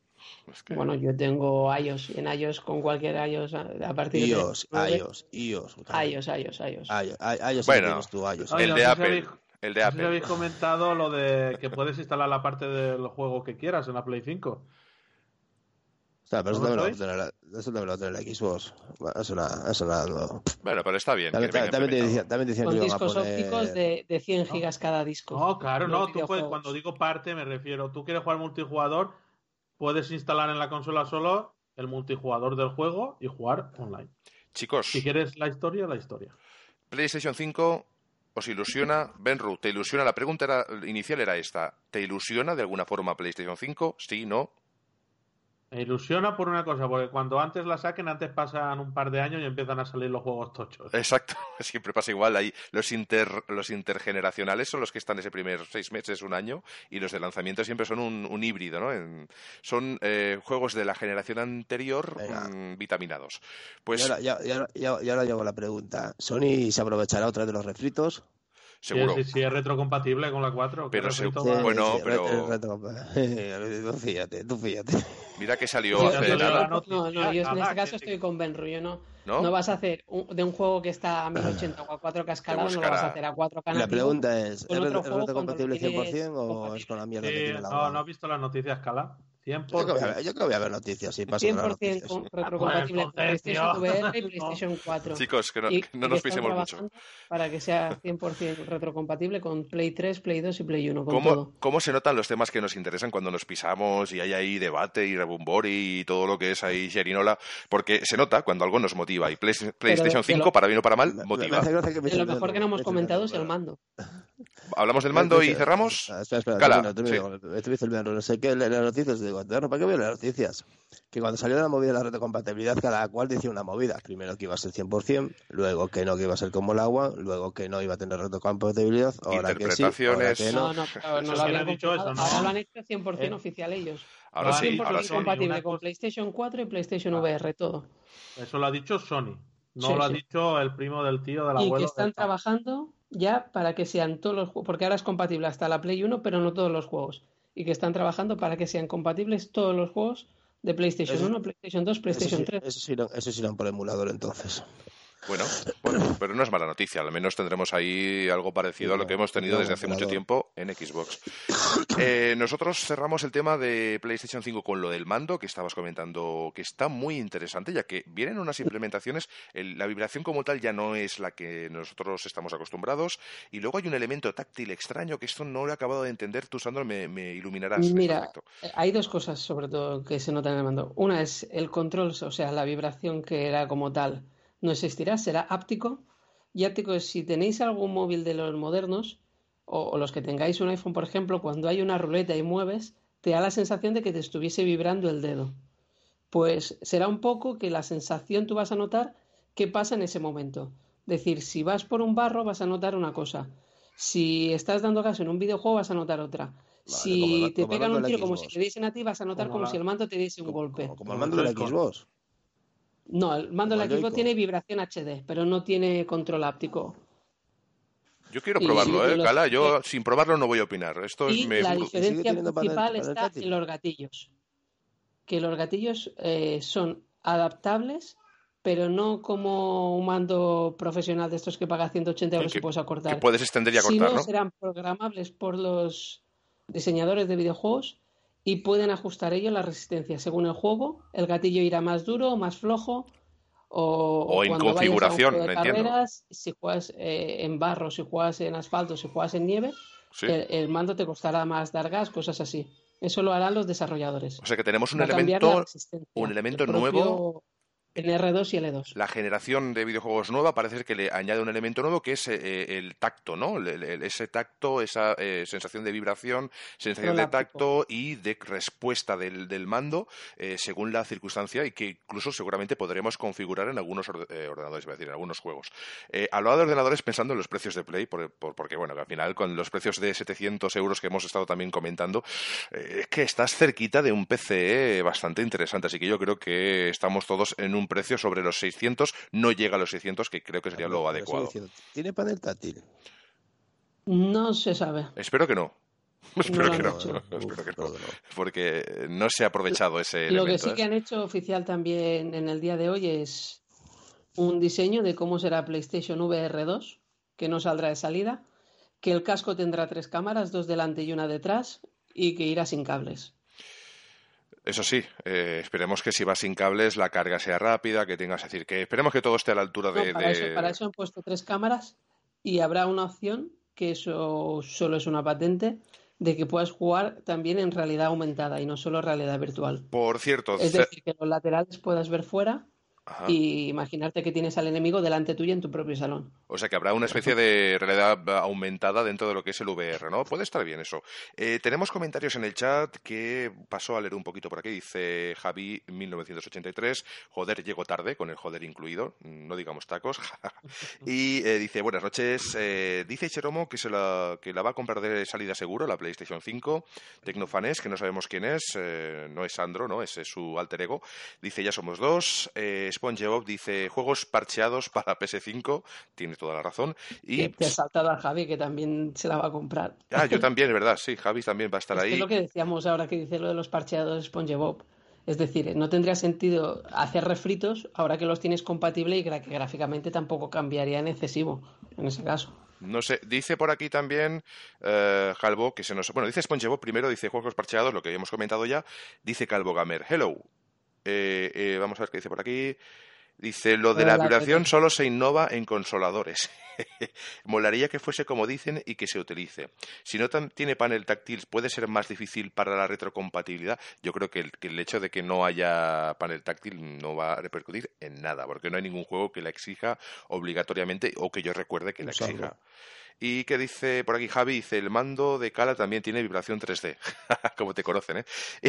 Es que- Bueno, yo tengo iOS y en iOS con cualquier iOS a a partir de iOS, nueve, iOS, iOS. iOS, iOS, iOS. iOS, iOS Bueno, tienes tú, iOS. Oye, el no de sé si Apple, habéis- el de no sé si Apple. habéis comentado lo de que puedes instalar la parte del juego que quieras en la Play cinco. O sea, pero eso ¿No lo también, lo va a sabéis? tener, la- eso también lo va a tener la Xbox. Bueno, eso nada, eso nada nuevo. Bueno, pero está bien. También, que venga también te implementado. decían, también decían Con que iban a discos poner... ópticos de, de cien No. gigas cada disco. No, claro, Los no. Tú puedes, videojuegos. cuando digo parte, me refiero. Tú quieres jugar multijugador, puedes instalar en la consola solo el multijugador del juego y jugar online. Chicos, Si quieres la historia, la historia. PlayStation cinco os ilusiona, Benru, ¿te ilusiona? La pregunta era, inicial era esta. ¿Te ilusiona de alguna forma PlayStation cinco? Sí, no. Me ilusiona por una cosa, porque cuando antes la saquen, antes pasan un par de años y empiezan a salir los juegos tochos. Exacto, siempre pasa igual. Ahí los inter, los intergeneracionales son los que están ese primer seis meses, un año, y los de lanzamiento siempre son un, un híbrido, ¿no? En- son eh, juegos de la generación anterior Venga. mm, vitaminados. Y Pues ahora, ya, ya- ya- y ahora llego a la pregunta. ¿Sony se aprovechará otra vez de los refritos? seguro. Si, si es retrocompatible con la cuatro. Pero que se- refrito Sí, va- bueno, sí, pero- re- re- tú fíjate, tú fíjate. Mira que salió Yo- hace yo- nada. la noticia, no, no, yo en nada, este caso que- estoy con Benru. Yo no, ¿No? no vas a hacer un- de un juego que está a mil ochenta o a cuatro K escalado, no lo vas buscará. a hacer a cuatro K La nativo. pregunta es, con ¿es otro re- juego retrocompatible cuando lo cien por ciento o tienes es con la mierda que Sí, tiene la no, One? no has visto las noticias, Cala. cien Yo por creo que voy a ciento. ver, yo creo que voy a ver noticias, sí, paso de cien las por ciento noticias. con- retrocompatible con Pues entonces, PlayStation tío. V R y No. PlayStation cuatro. Chicos, que no, Y- que y no que nos están pisemos mucho. trabajando para que sea cien por ciento retrocompatible con Play tres, Play dos y Play uno, con ¿Cómo, todo. ¿Cómo se notan los temas que nos interesan cuando nos pisamos y hay ahí debate y rebumbori y todo lo que es ahí Sherinola? Porque se nota cuando algo nos motiva. Y Play- PlayStation de cinco, lo- para bien o para mal, Me- me motiva. hace gracia que me De lo eches mejor que no hemos me eches comentado el es el dedo, mando. ¿Hablamos del mando y cerramos? Ah, espera, espera, Cala, termino, termino. Estuve el verano, no sé qué, leer las noticias, digo, "Bueno, ¿para qué voy a leer las noticias?" Que cuando salió la movida de la retrocompatibilidad, cada cual decía una movida. Primero que iba a ser cien por ciento, luego que no, que iba a ser como el agua, luego que no iba a tener retrocompatibilidad, ahora que sí, ahora Interpretaciones. que No, no. no, pero no Eso lo sí habían han dicho confirmado. eso, ¿no? Ahora lo han hecho cien por ciento Eh. oficial ellos. Ahora sí, cien por ciento ahora sí. compatible Una con cosa- PlayStation cuatro y PlayStation Ah. V R, todo. Eso lo ha dicho Sony. No Sí, lo ha sí. dicho el primo del tío, del Y abuelo. que están del- trabajando ya para que sean todos los juegos, porque ahora es compatible hasta la Play uno, pero no todos los juegos. Y que están trabajando para que sean compatibles todos los juegos de PlayStation Ese- uno, PlayStation dos, Ese PlayStation sí, tres. ese sí, irán- ese sí irán por emulador entonces. Bueno, bueno, pero no es mala noticia. Al menos tendremos ahí algo parecido Sí, a lo que no, hemos tenido no, desde hace mucho emulador. tiempo en Xbox. Eh, nosotros cerramos el tema de PlayStation cinco con lo del mando que estabas comentando, que está muy interesante, ya que vienen unas implementaciones, el- la vibración como tal ya no es la que nosotros estamos acostumbrados, y luego hay un elemento táctil extraño que esto no lo he acabado de entender. Tú, Sandro, me, me iluminarás este Mira, aspecto. eh, hay dos cosas sobre todo que se notan en el mando. Una es el control, o sea, la vibración que era como tal no existirá, será áptico. Y áptico es si tenéis algún móvil de los modernos o, o los que tengáis un iPhone, por ejemplo, cuando hay una ruleta y mueves, te da la sensación de que te estuviese vibrando el dedo. Pues será un poco que la sensación tú vas a notar qué pasa en ese momento. Es decir, si vas por un barro vas a notar una cosa. Si estás dando gas en un videojuego vas a notar otra. Vale, como Si el, te como el pegan mando un de la tiro como si Xbox. te diesen a ti, vas a notar Como como la- si el mando te diese un Como, golpe. como, como el Como mando de la el Joy-Con. Xbox. No, el mando Como de el la Xbox Joy-Con. tiene vibración H D, pero no tiene control áptico. Yo quiero Y, probarlo, y ¿eh, los, Cala? eh, Yo sin probarlo no voy a opinar. Esto es, y me... la ¿Y sigue diferencia teniendo panel, principal panel está táctil? en los gatillos. Que los gatillos eh, son adaptables, pero no como un mando profesional de estos que paga ciento ochenta Sí, euros y que, puedes que acortar, puedes extender y acortar, sino ¿no? serán programables por los diseñadores de videojuegos y pueden ajustar ellos la resistencia según el juego. El gatillo irá más duro o más flojo. O, O o en cuando vayas a un juego configuración, de entiendo. carreras, si juegas eh, en barro, si juegas en asfalto, si juegas en nieve, Sí. el, el mando te costará más dar gas, cosas así. Eso lo harán los desarrolladores. O sea que tenemos un Va a cambiar la elemento, un resistencia, el elemento nuevo. propio en R dos y L dos. La generación de videojuegos nueva parece ser que le añade un elemento nuevo que es eh, el tacto, ¿no? El- el- ese tacto, esa eh, sensación de vibración, sensación de Proláptico. tacto y de respuesta del, del mando eh, según la circunstancia, y que incluso seguramente podremos configurar en algunos orde- eh, ordenadores, iba a decir, en algunos juegos. Eh, hablaba de ordenadores pensando en los precios de Play, por- por- porque bueno, que al final con los precios de setecientos euros que hemos estado también comentando, eh, es que estás cerquita de un P C bastante interesante, así que yo creo que estamos todos en un precio sobre los seiscientos, no llega a los seiscientos, que creo que sería Pero- lo pero sigo adecuado. diciendo, ¿tiene panel táctil? No se sabe. Espero que no. No Espero lo que han no, hecho. Uf, espero que no, espero que no. porque no se ha aprovechado ese Lo que elemento. sí que ¿eh? han hecho oficial también en el día de hoy es un diseño de cómo será PlayStation V R dos, que no saldrá de salida, que el casco tendrá tres cámaras, dos delante y una detrás, y que irá sin cables. Eso sí, eh, esperemos que si va sin cables la carga sea rápida, que tengas, es decir, que esperemos que todo esté a la altura No, de... para eso, de- para eso han puesto tres cámaras y habrá una opción, que eso solo es una patente, de que puedas jugar también en realidad aumentada y no solo realidad virtual. Por cierto, Es ce- decir, que los laterales puedas ver fuera Ajá. y imaginarte que tienes al enemigo delante tuyo en tu propio salón. O sea que habrá una especie de realidad aumentada dentro de lo que es el V R, ¿no? Puede estar bien eso. Eh, tenemos comentarios en el chat que paso a leer un poquito por aquí. Dice Javi mil novecientos ochenta y tres, joder, llego tarde, con el joder incluido, no digamos tacos. Y eh, dice, buenas noches, eh, dice Cheromo que, se la, que la va a comprar de salida seguro, la PlayStation cinco. Tecnofanes, que no sabemos quién es, eh, no es Sandro, ¿no? Ese es su alter ego. Dice, ya somos dos. Eh, SpongeBob dice, juegos parcheados para P S cinco, tiene toda la razón. Y Que te has saltado a Javi, que también se la va a comprar. ah, yo también, es verdad, sí, Javi también va a estar Es que ahí. es lo que decíamos ahora que dice lo de los parcheados SpongeBob. Es decir, no tendría sentido hacer refritos ahora que los tienes compatible y que gráficamente tampoco cambiaría en excesivo, en ese caso. No sé, dice por aquí también eh, Calvo, que se nos... Bueno, dice SpongeBob primero, dice juegos parcheados, lo que habíamos comentado ya. Dice Calvo Gamer, hello. Eh, eh, vamos a ver qué dice por aquí. Dice, lo de la Hola, vibración Pepe. solo se innova en consoladores. Molaría que fuese como dicen y que se utilice. Si no tan- tiene panel táctil, ¿puede ser más difícil para la retrocompatibilidad? Yo creo que el, que el hecho de que no haya panel táctil no va a repercutir en nada, porque no hay ningún juego que la exija obligatoriamente o que yo recuerde que la Usarlo. exija. Y que dice, por aquí Javi, dice, el mando de Cala también tiene vibración tres D. Como te conocen, ¿eh?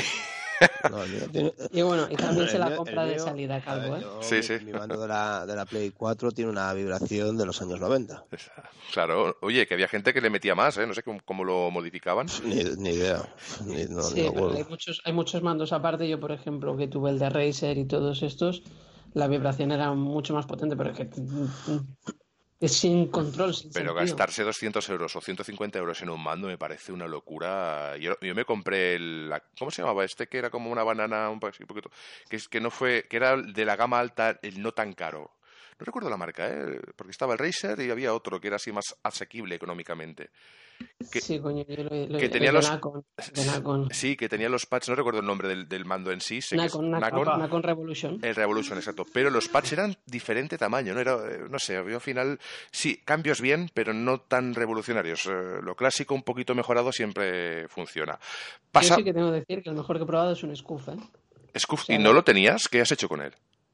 No, el mío tiene- Y bueno, y también se el la mío- compra el de mío- salida, a Calvo, ver, ¿eh? yo, Sí, mi, sí. mi mando de la, de la Play cuatro tiene una vibración de los años noventa. Claro, oye, que había gente que le metía más, ¿eh? No sé cómo, cómo lo modificaban. Ni, ni idea. Ni, no, Sí, ni me pero acuerdo. hay muchos, hay muchos mandos aparte. Yo, por ejemplo, que tuve el de Razer y todos estos, la vibración era mucho más potente, pero es que Es sin control, sin Pero sentido. gastarse doscientos euros o ciento cincuenta euros en un mando me parece una locura. Yo, yo me compré el... La, ¿cómo se llamaba este? Que era como una banana, un poquito... Que, es, que no fue... Que era de la gama alta, el no tan caro. No recuerdo la marca, ¿eh? Porque estaba el Razer y había otro que era así más asequible económicamente. Que, sí, coño, yo lo, lo, que tenía los... Nacon, de Nacon. Sí, que tenía los pads, no recuerdo el nombre del, del mando en sí. Sé Nacon, que es, Nacon, Nacon, Nacon Revolution. El Revolution, exacto. Pero los pads eran diferente tamaño, ¿no? Era, no sé, yo al final, sí, cambios bien, pero no tan revolucionarios. Eh, lo clásico un poquito mejorado siempre funciona. Pasa... Yo sí que tengo que decir que el mejor que he probado es un Scuf, ¿eh? Scuf, o sea, ¿y no lo tenías? ¿Qué has hecho con él?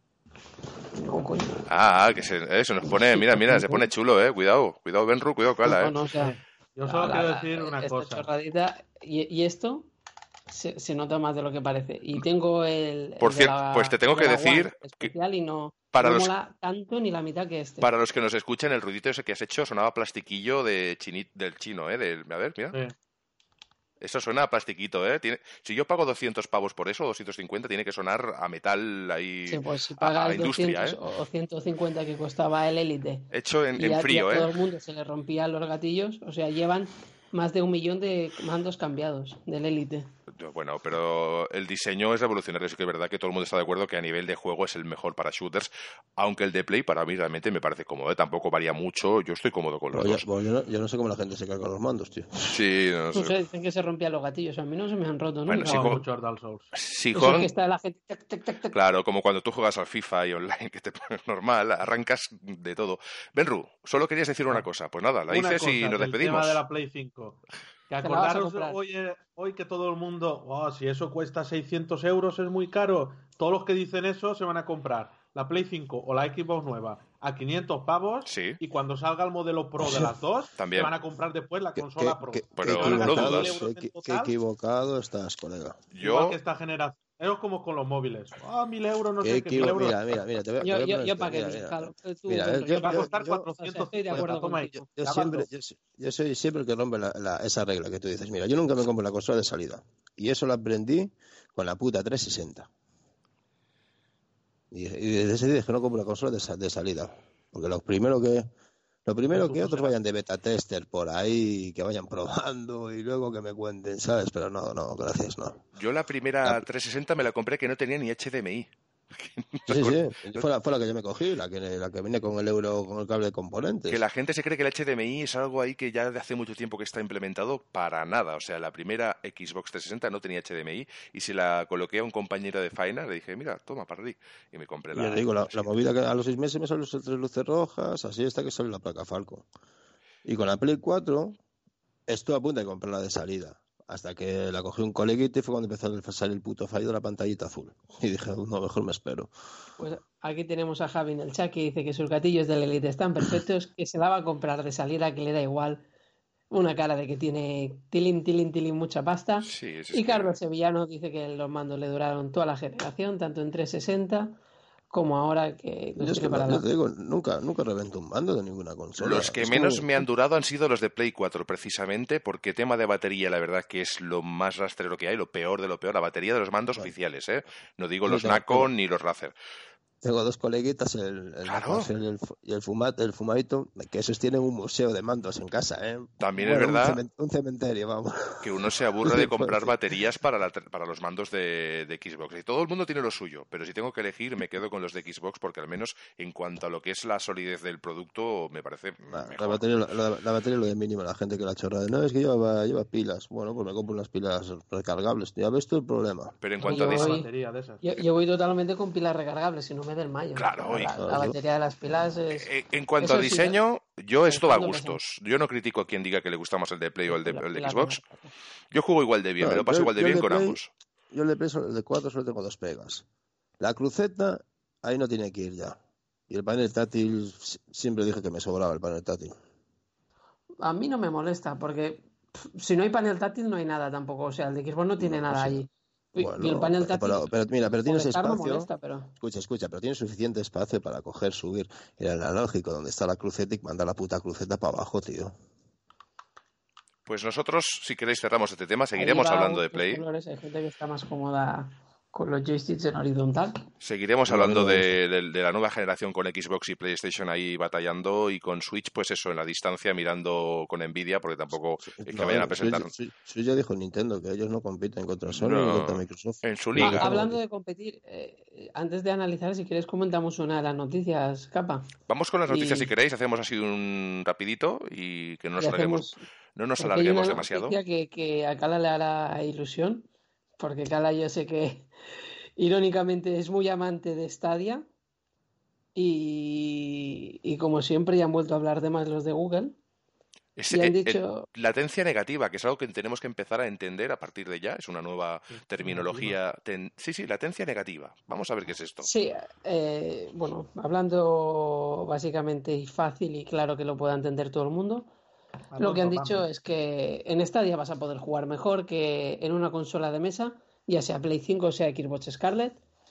No, coño. Ah, que se, eso nos pone, mira, mira, se pone chulo, eh. Cuidado, cuidado, Benru, cuidado, Cala, eh. No, no, o sea, Yo solo la, quiero la, decir una esta cosa. chorradita, y, y esto se, se nota más de lo que parece. Y tengo el. Por el cierto, la, pues te tengo que decir. Especial Que y no, para no los, mola tanto ni la mitad que este. Para los que nos escuchen, el ruidito ese que has hecho sonaba plastiquillo de chinit, del chino, eh. Del, a ver, mira. Sí. Eso suena a plastiquito, ¿eh? Tiene, si yo pago doscientos pavos por eso, o doscientos cincuenta, tiene que sonar a metal ahí. Sí, pues si a, pagas a industria, doscientos ¿eh? o ciento cincuenta que costaba el Elite. Hecho en, y en a, frío, y a ¿eh? todo el mundo se le rompían los gatillos. O sea, llevan más de un millón de mandos cambiados del Elite. Bueno, pero el diseño es revolucionario. Sí que es verdad que todo el mundo está de acuerdo que a nivel de juego es el mejor para shooters, aunque el de Play para mí realmente me parece cómodo, ¿eh? Tampoco varía mucho, yo estoy cómodo con los Oye, dos. Pues yo, no, yo no sé cómo la gente se carga los mandos, tío. Sí, no sé. No sé, dicen que se rompían los gatillos. A mí no se me han roto nunca. Bueno, sí, No, jo- mucho Dark Souls. Si Eso juegan- es que está la gente... tac, tac, tac, tac. Claro, como cuando tú juegas al FIFA y online, que te pones normal, arrancas de todo. Benru, solo querías decir una cosa. Pues nada, la Una dices cosa y nos del despedimos. tema de la Play cinco. Que Te la vas a acordaros comprar. hoy, eh, hoy que todo el mundo, oh, si eso cuesta seiscientos euros es muy caro. Todos los que dicen eso se van a comprar la Play cinco o la Xbox nueva a quinientos pavos. Sí. Y cuando salga el modelo Pro de las dos, También. se van a comprar después la Qué, consola qué- Pro. qué- Pero qué no equivocado, dudas. euros en qué- qué total. equivocado estás, colega. Igual Yo, que esta generación. Es como con los móviles. Ah, mil euros, no Qué sé qué, mil equivo- euros. Mira, mira, mira, te voy, a- te Yo, voy a yo, poner yo esto, para qué, mira, mira. Carlos, tú, Mira, Benro, yo- yo Va a pa' qué. costar yo- cuatrocientos O sea, estoy de acuerdo toma ahí. contigo. Yo Ya siempre, cuánto. yo, yo soy siempre el que rompe la, la- esa regla que tú dices. Mira, yo nunca me compro la consola de salida. Y eso lo aprendí con la puta trescientos sesenta. Y, y desde ese día es que no compro la consola de, sa- de salida. Porque lo primero que lo primero que otros vayan de beta tester por ahí, que vayan probando y luego que me cuenten, ¿sabes? Pero no, no, gracias, no. yo la primera La- trescientos sesenta me la compré que no tenía ni H D M I. Sí, sí, fue la, fue la que yo me cogí, la que, la que viene con el euro, con el cable de componentes. Que la gente se cree que el H D M I es algo ahí que ya de hace mucho tiempo que está implementado, para nada. O sea, la primera Xbox trescientos sesenta no tenía H D M I y se la coloqué a un compañero de faena, le dije, mira, toma, para ti. Y me compré Ya la... te digo, la, la movida que a los seis meses me salen tres luces rojas, así hasta que sale la placa Falcon. Y con la Play cuatro estuve a punto de comprarla de salida. Hasta que la cogí un coleguita y fue cuando empezó a salir el puto fallo de la pantallita azul. Y dije, no, mejor me espero. Pues aquí tenemos a Javi en el chat que dice que sus gatillos del Elite están perfectos, que se la va a comprar de salida, que le da igual. Una cara de que tiene tilín, tilín, tilín, mucha pasta. Sí, es Y que- Carlos Sevillano dice que los mandos le duraron toda la generación, tanto en trescientos sesenta como ahora que no Yo, sé es que qué para no- yo la... te digo, nunca, nunca revento un mando de ninguna consola. Los que Es menos como- me han durado han sido los de Play cuatro, precisamente, porque tema de batería, la verdad que es lo más rastrero que hay, lo peor de lo peor, la batería de los mandos Vale. oficiales, ¿eh? No digo Yo los tengo- Nacon tengo- ni los Razer. Tengo dos coleguitas, el, el, Claro. y el, y el, fumat, el fumadito, que esos tienen un museo de mandos en casa, ¿eh? También es Bueno, verdad Un, cemen- un cementerio, vamos. que uno se aburre de Sí, comprar sí. baterías para, la, para los mandos de, de Xbox. Y todo el mundo tiene lo suyo, pero si tengo que elegir me quedo con los de Xbox porque al menos en cuanto a lo que es la solidez del producto me parece La, mejor. la batería, la, la- la batería es lo de mínimo, la gente que la chorra de no, es que lleva, lleva pilas. Bueno, pues me compro unas pilas recargables. Ya ves tú el problema. Pero en No, cuanto a yo dis- voy- Batería de esas. Yo, yo voy totalmente con pilas recargables, si no me del mayo. Claro, la, y- la Claro. batería de las pilas es... Eh, En cuanto Eso a sí, diseño, yo esto va a Dejando gustos. Yo no critico a quien diga que le gusta más el de Play o el de, la- el de pilas Xbox. recargables. Yo juego igual de bien, No, me lo paso yo- igual de yo el bien de con Play- ambos. Yo el de Play, solo- el de cuatro solo tengo dos pegas. La cruceta, ahí no tiene que ir ya. Y el panel táctil, si- siempre dije que me sobraba el panel táctil. A mí no me molesta, porque pff, si no hay panel táctil no hay nada tampoco. O sea, el de Xbox no tiene No, nada sí. allí. Y- Bueno, y el panel pero- táctil... pero, pero mira, pero tienes molestar no espacio. molesta, pero... Escucha, escucha, pero tienes suficiente espacio para coger, subir el analógico donde está la cruceta y mandar la puta cruceta para abajo, tío. Pues nosotros, si queréis, cerramos este tema. Seguiremos Ahí va hablando de otros Play. colores, hay gente que está más cómoda con los joysticks en horizontal. Seguiremos hablando de, de, de la nueva generación con Xbox y PlayStation ahí batallando, y con Switch, pues eso, en la distancia, mirando con Nvidia, porque tampoco es que No, vayan a presentar. Switch, Switch ya dijo Nintendo que ellos no compiten contra Sony No, ni contra Microsoft. En su liga. Ah, hablando de competir, eh, antes de analizar, si quieres comentamos una de las noticias, Capa. Vamos con las noticias Y- si queréis, hacemos así un rapidito y que no nos Y alarguemos, hacemos- no nos Porque hay alarguemos una demasiado. noticia que, que a Cala le hará ilusión, porque Cala yo sé que irónicamente es muy amante de Stadia y, y como siempre ya han vuelto a hablar de más los de Google. Es, Y han eh, dicho- eh, latencia negativa, que es algo que tenemos que empezar a entender a partir de ya, es una nueva terminología. Ten- sí, sí, latencia negativa. Vamos a ver qué es esto. Sí, eh, bueno, hablando básicamente y fácil y claro que lo pueda entender todo el mundo, lo que han dicho es que en Stadia vas a poder jugar mejor que en una consola de mesa, ya sea Play cinco o sea Xbox Scarlett,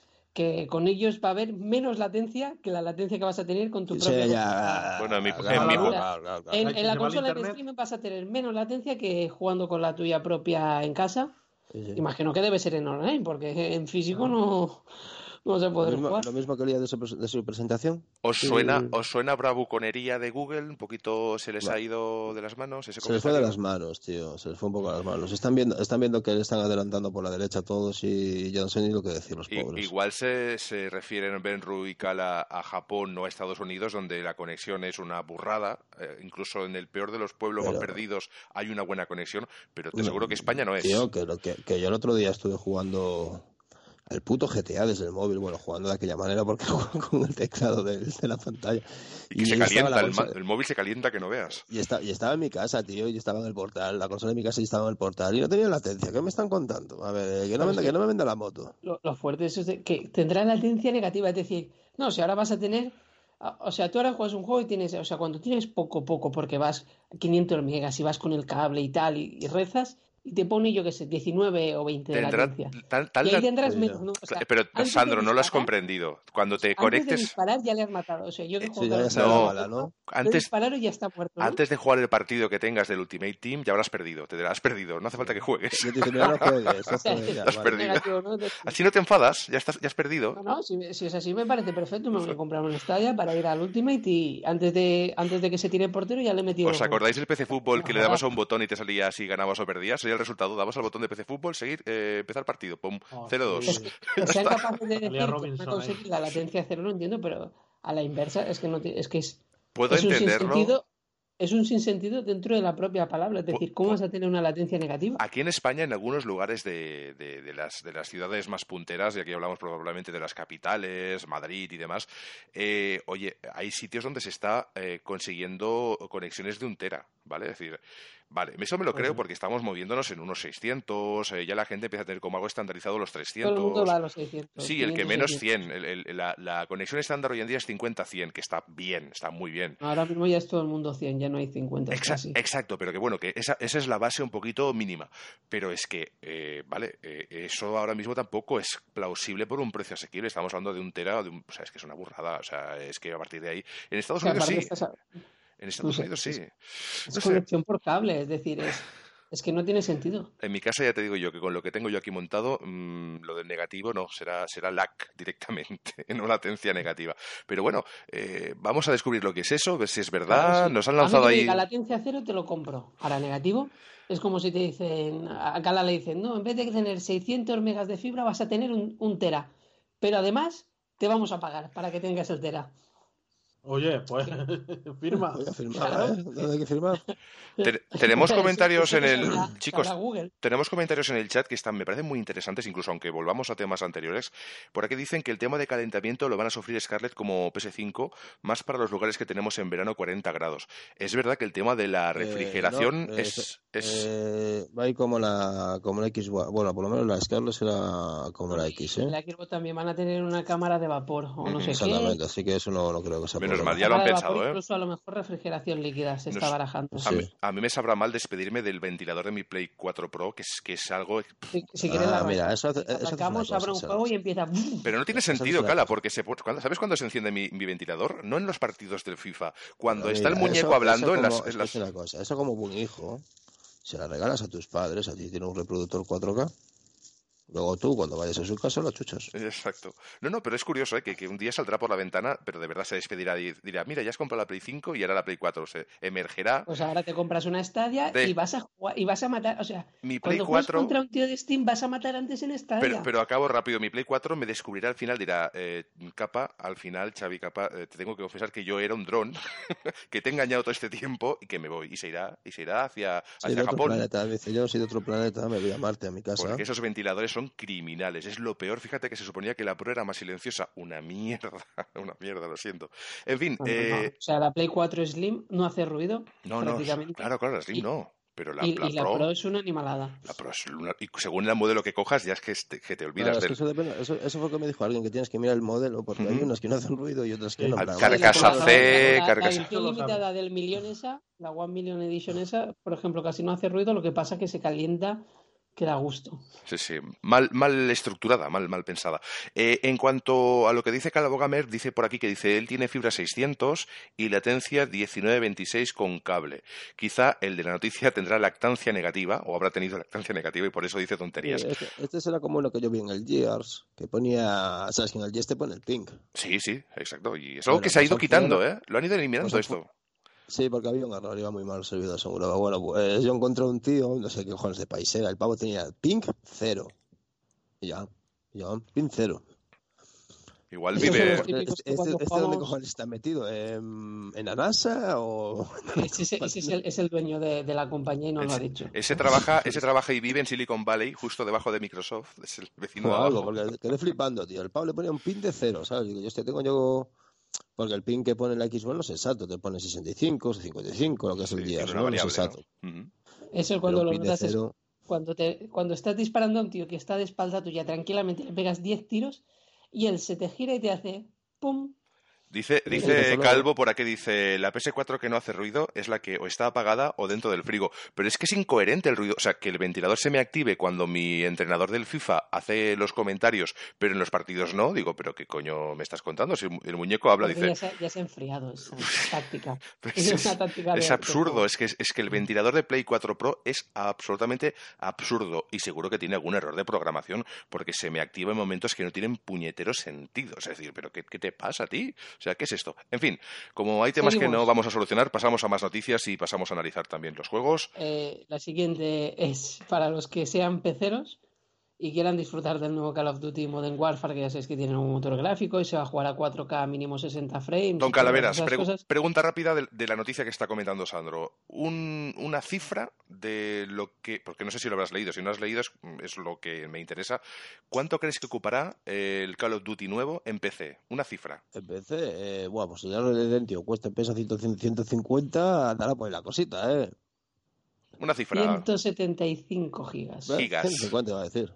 que con ellos va a haber menos latencia que la latencia que vas a tener con tu Sí, propia ya, Bueno, en mi- claro, en mi- claro, claro, claro. En, Ahí en se la va el consola de internet. streaming vas a tener menos latencia que jugando con la tuya propia en casa. Sí, sí. Imagino que debe ser en online, porque en físico no, no se Lo puede mismo, jugar. lo mismo que el día de su, de su presentación. ¿Os Sí. suena, ¿Os suena bravuconería de Google? ¿Un poquito se les Va. ha ido de las manos ese Se les fue de comentario? las manos, tío. Se les fue un poco de las manos. Están viendo, están viendo que le están adelantando por la derecha todos y ya no sé ni lo que decir los I- pobres. Igual se, se refieren Benru y Kala a Japón, no a Estados Unidos, donde la conexión es una burrada. Eh, incluso en el peor de los pueblos Pero- más perdidos hay una buena conexión, pero te No, aseguro que España no es. Tío, que, lo que, que yo el otro día estuve jugando al puto G T A desde el móvil, bueno, jugando de aquella manera porque juego con el teclado de, de la pantalla. Y que se ahí estaba calienta, la el, ma- consola- el móvil se calienta que no veas. Y, está, y estaba en mi casa, tío, y estaba en el portal, la consola de mi casa y estaba en el portal, y no tenía latencia. ¿Qué me están contando? A ver, que no, Pero venda, sí. que no me venda la moto. Lo, lo fuerte es de que tendrá latencia negativa, es decir, no, si ahora vas a tener, a- o sea, tú ahora juegas un juego y tienes, o sea, cuando tienes poco, poco, porque vas a quinientos megas y vas con el cable y tal, y, y rezas, y te pone, yo qué sé, diecinueve o veinte de Tendrá latencia. tal, tal Y ahí la- tendrás Sí, menos, ya. ¿no? O sea, Pero, antes de Sandro, no lo has disparar- comprendido. Cuando te Antes de conectes, disparar ya le has matado. O sea, yo que Eh, juego Sí, ya con le el sale No, la bala, ¿no? de antes, disparar o ya está muerto, ¿no? antes de jugar el partido que tengas del Ultimate Team, ya habrás perdido. Te has perdido. No hace falta que juegues. Yo te dice, mira, no juegues. O sea, esto ya, has vale. perdido. negativo, ¿no? De- Así no te enfadas, ya, estás, ya has perdido. No, no, si, si es así me parece perfecto, me voy a comprar una Stadia para ir al Ultimate y antes de, antes de que se tire el portero ya le he metido... ¿Os acordáis del P C Fútbol que le Ojalá. dabas a un botón y te salía si ganabas o perdías? Sería el resultado. Dabas al botón de P C Fútbol, seguir, eh, empezar el partido. Pum, Oh, cero dos. sí. Que sean capaces de Salía decir que van Robinson a conseguir ahí. la latencia cero, lo entiendo, pero a la inversa es que no te- es que es, Puedo es un entenderlo. sinsentido, es un sinsentido dentro de la propia palabra, es decir, ¿cómo vas a tener una latencia negativa? Aquí en España, en algunos lugares de, de- de las, de las ciudades más punteras, y aquí hablamos probablemente de las capitales, Madrid y demás, eh, oye, hay sitios donde se está eh, consiguiendo conexiones de un tera, ¿vale? Es decir, vale, eso me lo creo Ujú. porque estamos moviéndonos en unos seiscientos, eh, ya la gente empieza a tener como algo estandarizado los Todo el trescientos. mundo va a los seiscientos. Sí, el que quinientos, menos seiscientos. cien. El- el- la, la conexión estándar hoy en día es cincuenta cien, que está bien, está muy bien. Ahora mismo ya es todo el mundo cien, ya no hay cincuenta Exa- casi. Exacto, pero que bueno, que esa, esa es la base un poquito mínima. Pero es que, eh, vale, eh, eso ahora mismo tampoco es plausible por un precio asequible. Estamos hablando de un tera, de un, o sea, es que es una burrada. O sea, es que a partir de ahí. En Estados Que Unidos aparte sí. estás- En Estados no sé, Unidos sí. es- No Es sé. conexión por cable, es decir, es, es que no tiene sentido. En mi casa ya te digo yo que con lo que tengo yo aquí montado, mmm, lo del negativo no, será, será lag directamente, no latencia negativa. Pero bueno, eh, vamos a descubrir lo que es eso, ver si es verdad. Claro, sí. Nos han A mí lanzado que me ahí. diga latencia cero te lo compro. Ahora negativo es como si te dicen, a Cala le dicen, no, en vez de tener seiscientos megas de fibra vas a tener un, un tera. Pero además te vamos a pagar para que tengas el tera. Oye, pues firma. Voy a firmar, Claro. ¿eh? ¿Dónde hay que firmar? Te- tenemos Eso- comentarios eso en el. sabrá- Chicos, sabrá Google. tenemos comentarios en el chat que están, me parecen muy interesantes, incluso aunque volvamos a temas anteriores. Por aquí dicen que el tema de calentamiento lo van a sufrir Scarlett como P S cinco, más para los lugares que tenemos en verano cuarenta grados. Es verdad que el tema de la refrigeración Eh, no, es. es, es eh, va a ir como la, como la X, bueno, por lo menos la Scarlett será como la X, ¿eh? La Xbox también van a tener una cámara de vapor o no sé qué. Exactamente, así que eso no, no creo que sea Menos problema. mal, ya lo han Cámara de pensado, vapor, ¿eh? Incluso a lo mejor refrigeración líquida se No está sé. barajando. a, Sí. mí, a mí me sabrá mal despedirme del ventilador de mi Play cuatro Pro, que es, que es algo. Si, si quieres Ah, la mira, arranca- eso hace- si eso hace arrancamos, una abre un cosa, juego ¿sabes? y empieza. Pero no tiene Eso es sentido, la Cala, cosa. porque se, pu- cuando- ¿sabes cuándo se enciende mi, mi ventilador? No en los partidos del FIFA. Cuando Pero está el mira, muñeco eso- hablando eso en las. como- en las- escucha una cosa, eso como buen hijo, se la regalas a tus padres, a ti tienes un reproductor cuatro K, Luego tú, cuando vayas a su casa, lo chuchas. Exacto. No, no, pero es curioso, ¿eh? que, que un día saldrá por la ventana, pero de verdad se despedirá y dirá, mira, ya has comprado la Play cinco y ahora la Play cuatro. Se emergerá. Pues ahora te compras una Stadia de... y vas a jugar, y vas a matar, o sea, mi Play cuando cuatro... juegas contra un tío de Steam vas a matar antes en Stadia. Pero, pero acabo rápido, mi Play cuatro me descubrirá al final, dirá, eh, Capa, al final, Xavi Capa, eh, te tengo que confesar que yo era un dron, que te he engañado todo este tiempo y que me voy. Y se irá, y se irá hacia, hacia soy de Japón. Otro planeta, dice, yo soy de otro planeta, me voy a Marte, a mi casa. Porque esos ventiladores son criminales, es lo peor. Fíjate que se suponía que la Pro era más silenciosa. Una mierda, una mierda, lo siento. En fin. No, no, eh... no. O sea, la Play cuatro Slim no hace ruido. No, no, claro, claro, la Slim y, no. Pero la, y, la, y la Pro, Pro es una animalada. La Pro es una, y según el modelo que cojas, ya es que te, que te olvidas claro, del... es que eso, depende, eso, eso fue lo que me dijo alguien, que tienes que mirar el modelo, porque uh-huh. hay unas que no hacen ruido y otras que sí. no. Al carcasa sí, C, la, carcasa... La edición limitada del millón esa, la One Million Edition esa, por ejemplo, casi no hace ruido, lo que pasa es que se calienta, que da gusto. Sí, sí, mal, mal estructurada, mal, mal pensada. Eh, en cuanto a lo que dice Calvo Gamer, dice por aquí que dice, él tiene fibra seiscientos y latencia diecinueve veintiséis con cable. Quizá el de la noticia tendrá lactancia negativa, o habrá tenido lactancia negativa y por eso dice tonterías. Sí, este, este será como lo que yo vi en el Gears, que ponía, sabes que en el Gears te pone el ping. Sí, sí, exacto. Y es algo bueno, que se ha ido quitando, fuera, ¿eh? Lo han ido eliminando pues esto. Sí, porque había un error, iba muy mal el servidor, seguro. Bueno, pues yo encontré un tío, no sé qué cojones de país era, el pavo tenía ping cero. Y ya, ya, ping cero. Igual vive... ¿Este, este, este jugamos... dónde cojones está metido? ¿En, en la NASA o...? Ese, ese, ese es, el, es el dueño de, de la compañía y no ese, lo ha dicho. Ese trabaja, ese trabaja y vive en Silicon Valley, justo debajo de Microsoft, es el vecino de abajo. Porque quedé flipando, tío. El pavo le ponía un ping de cero, ¿sabes? Digo, yo este tengo yo... Porque el pin que pone en la Xbox no es exacto, te pone sesenta y cinco, cincuenta y cinco, lo que es el día, ¿no? no es exacto. ¿no? Uh-huh. Eso cuando lo notas es cuando, te, cuando estás disparando a un tío que está de espalda tuya, tranquilamente le pegas diez tiros y él se te gira y te hace ¡pum! Dice, dice Calvo por aquí, dice, la P S cuatro que no hace ruido es la que o está apagada o dentro del frigo. Pero es que es incoherente el ruido. O sea, que el ventilador se me active cuando mi entrenador del FIFA hace los comentarios, pero en los partidos no. Digo, ¿pero qué coño me estás contando? Si el muñeco habla, Porque dice... Ya se, ya se ha enfriado esa táctica. Es, es, una táctica es de, absurdo. De es, que, es que el ventilador de Play cuatro Pro es absolutamente absurdo. Y seguro que tiene algún error de programación porque se me activa en momentos que no tienen puñeteros sentidos. Es decir, ¿pero qué, qué te pasa a ti? O sea, ¿qué es esto? En fin, como hay temas Seguimos. que no vamos a solucionar, pasamos a más noticias y pasamos a analizar también los juegos. Eh, la siguiente es para los que sean peceros y quieran disfrutar del nuevo Call of Duty Modern Warfare, que ya sabéis que tiene un motor gráfico y se va a jugar a cuatro K mínimo sesenta frames. Don Calaveras, pregu- pregunta rápida de, de la noticia que está comentando Sandro. Un, una cifra de lo que, porque no sé si lo habrás leído, si no has leído es, es lo que me interesa. ¿Cuánto crees que ocupará el Call of Duty nuevo en P C? Una cifra. En P C, eh, bueno, pues ya lo de dentro cuesta en peso ciento cincuenta, andará por la cosita, ¿eh? Una cifra. ciento setenta y cinco gigas. Gigas. ciento cincuenta va a decir.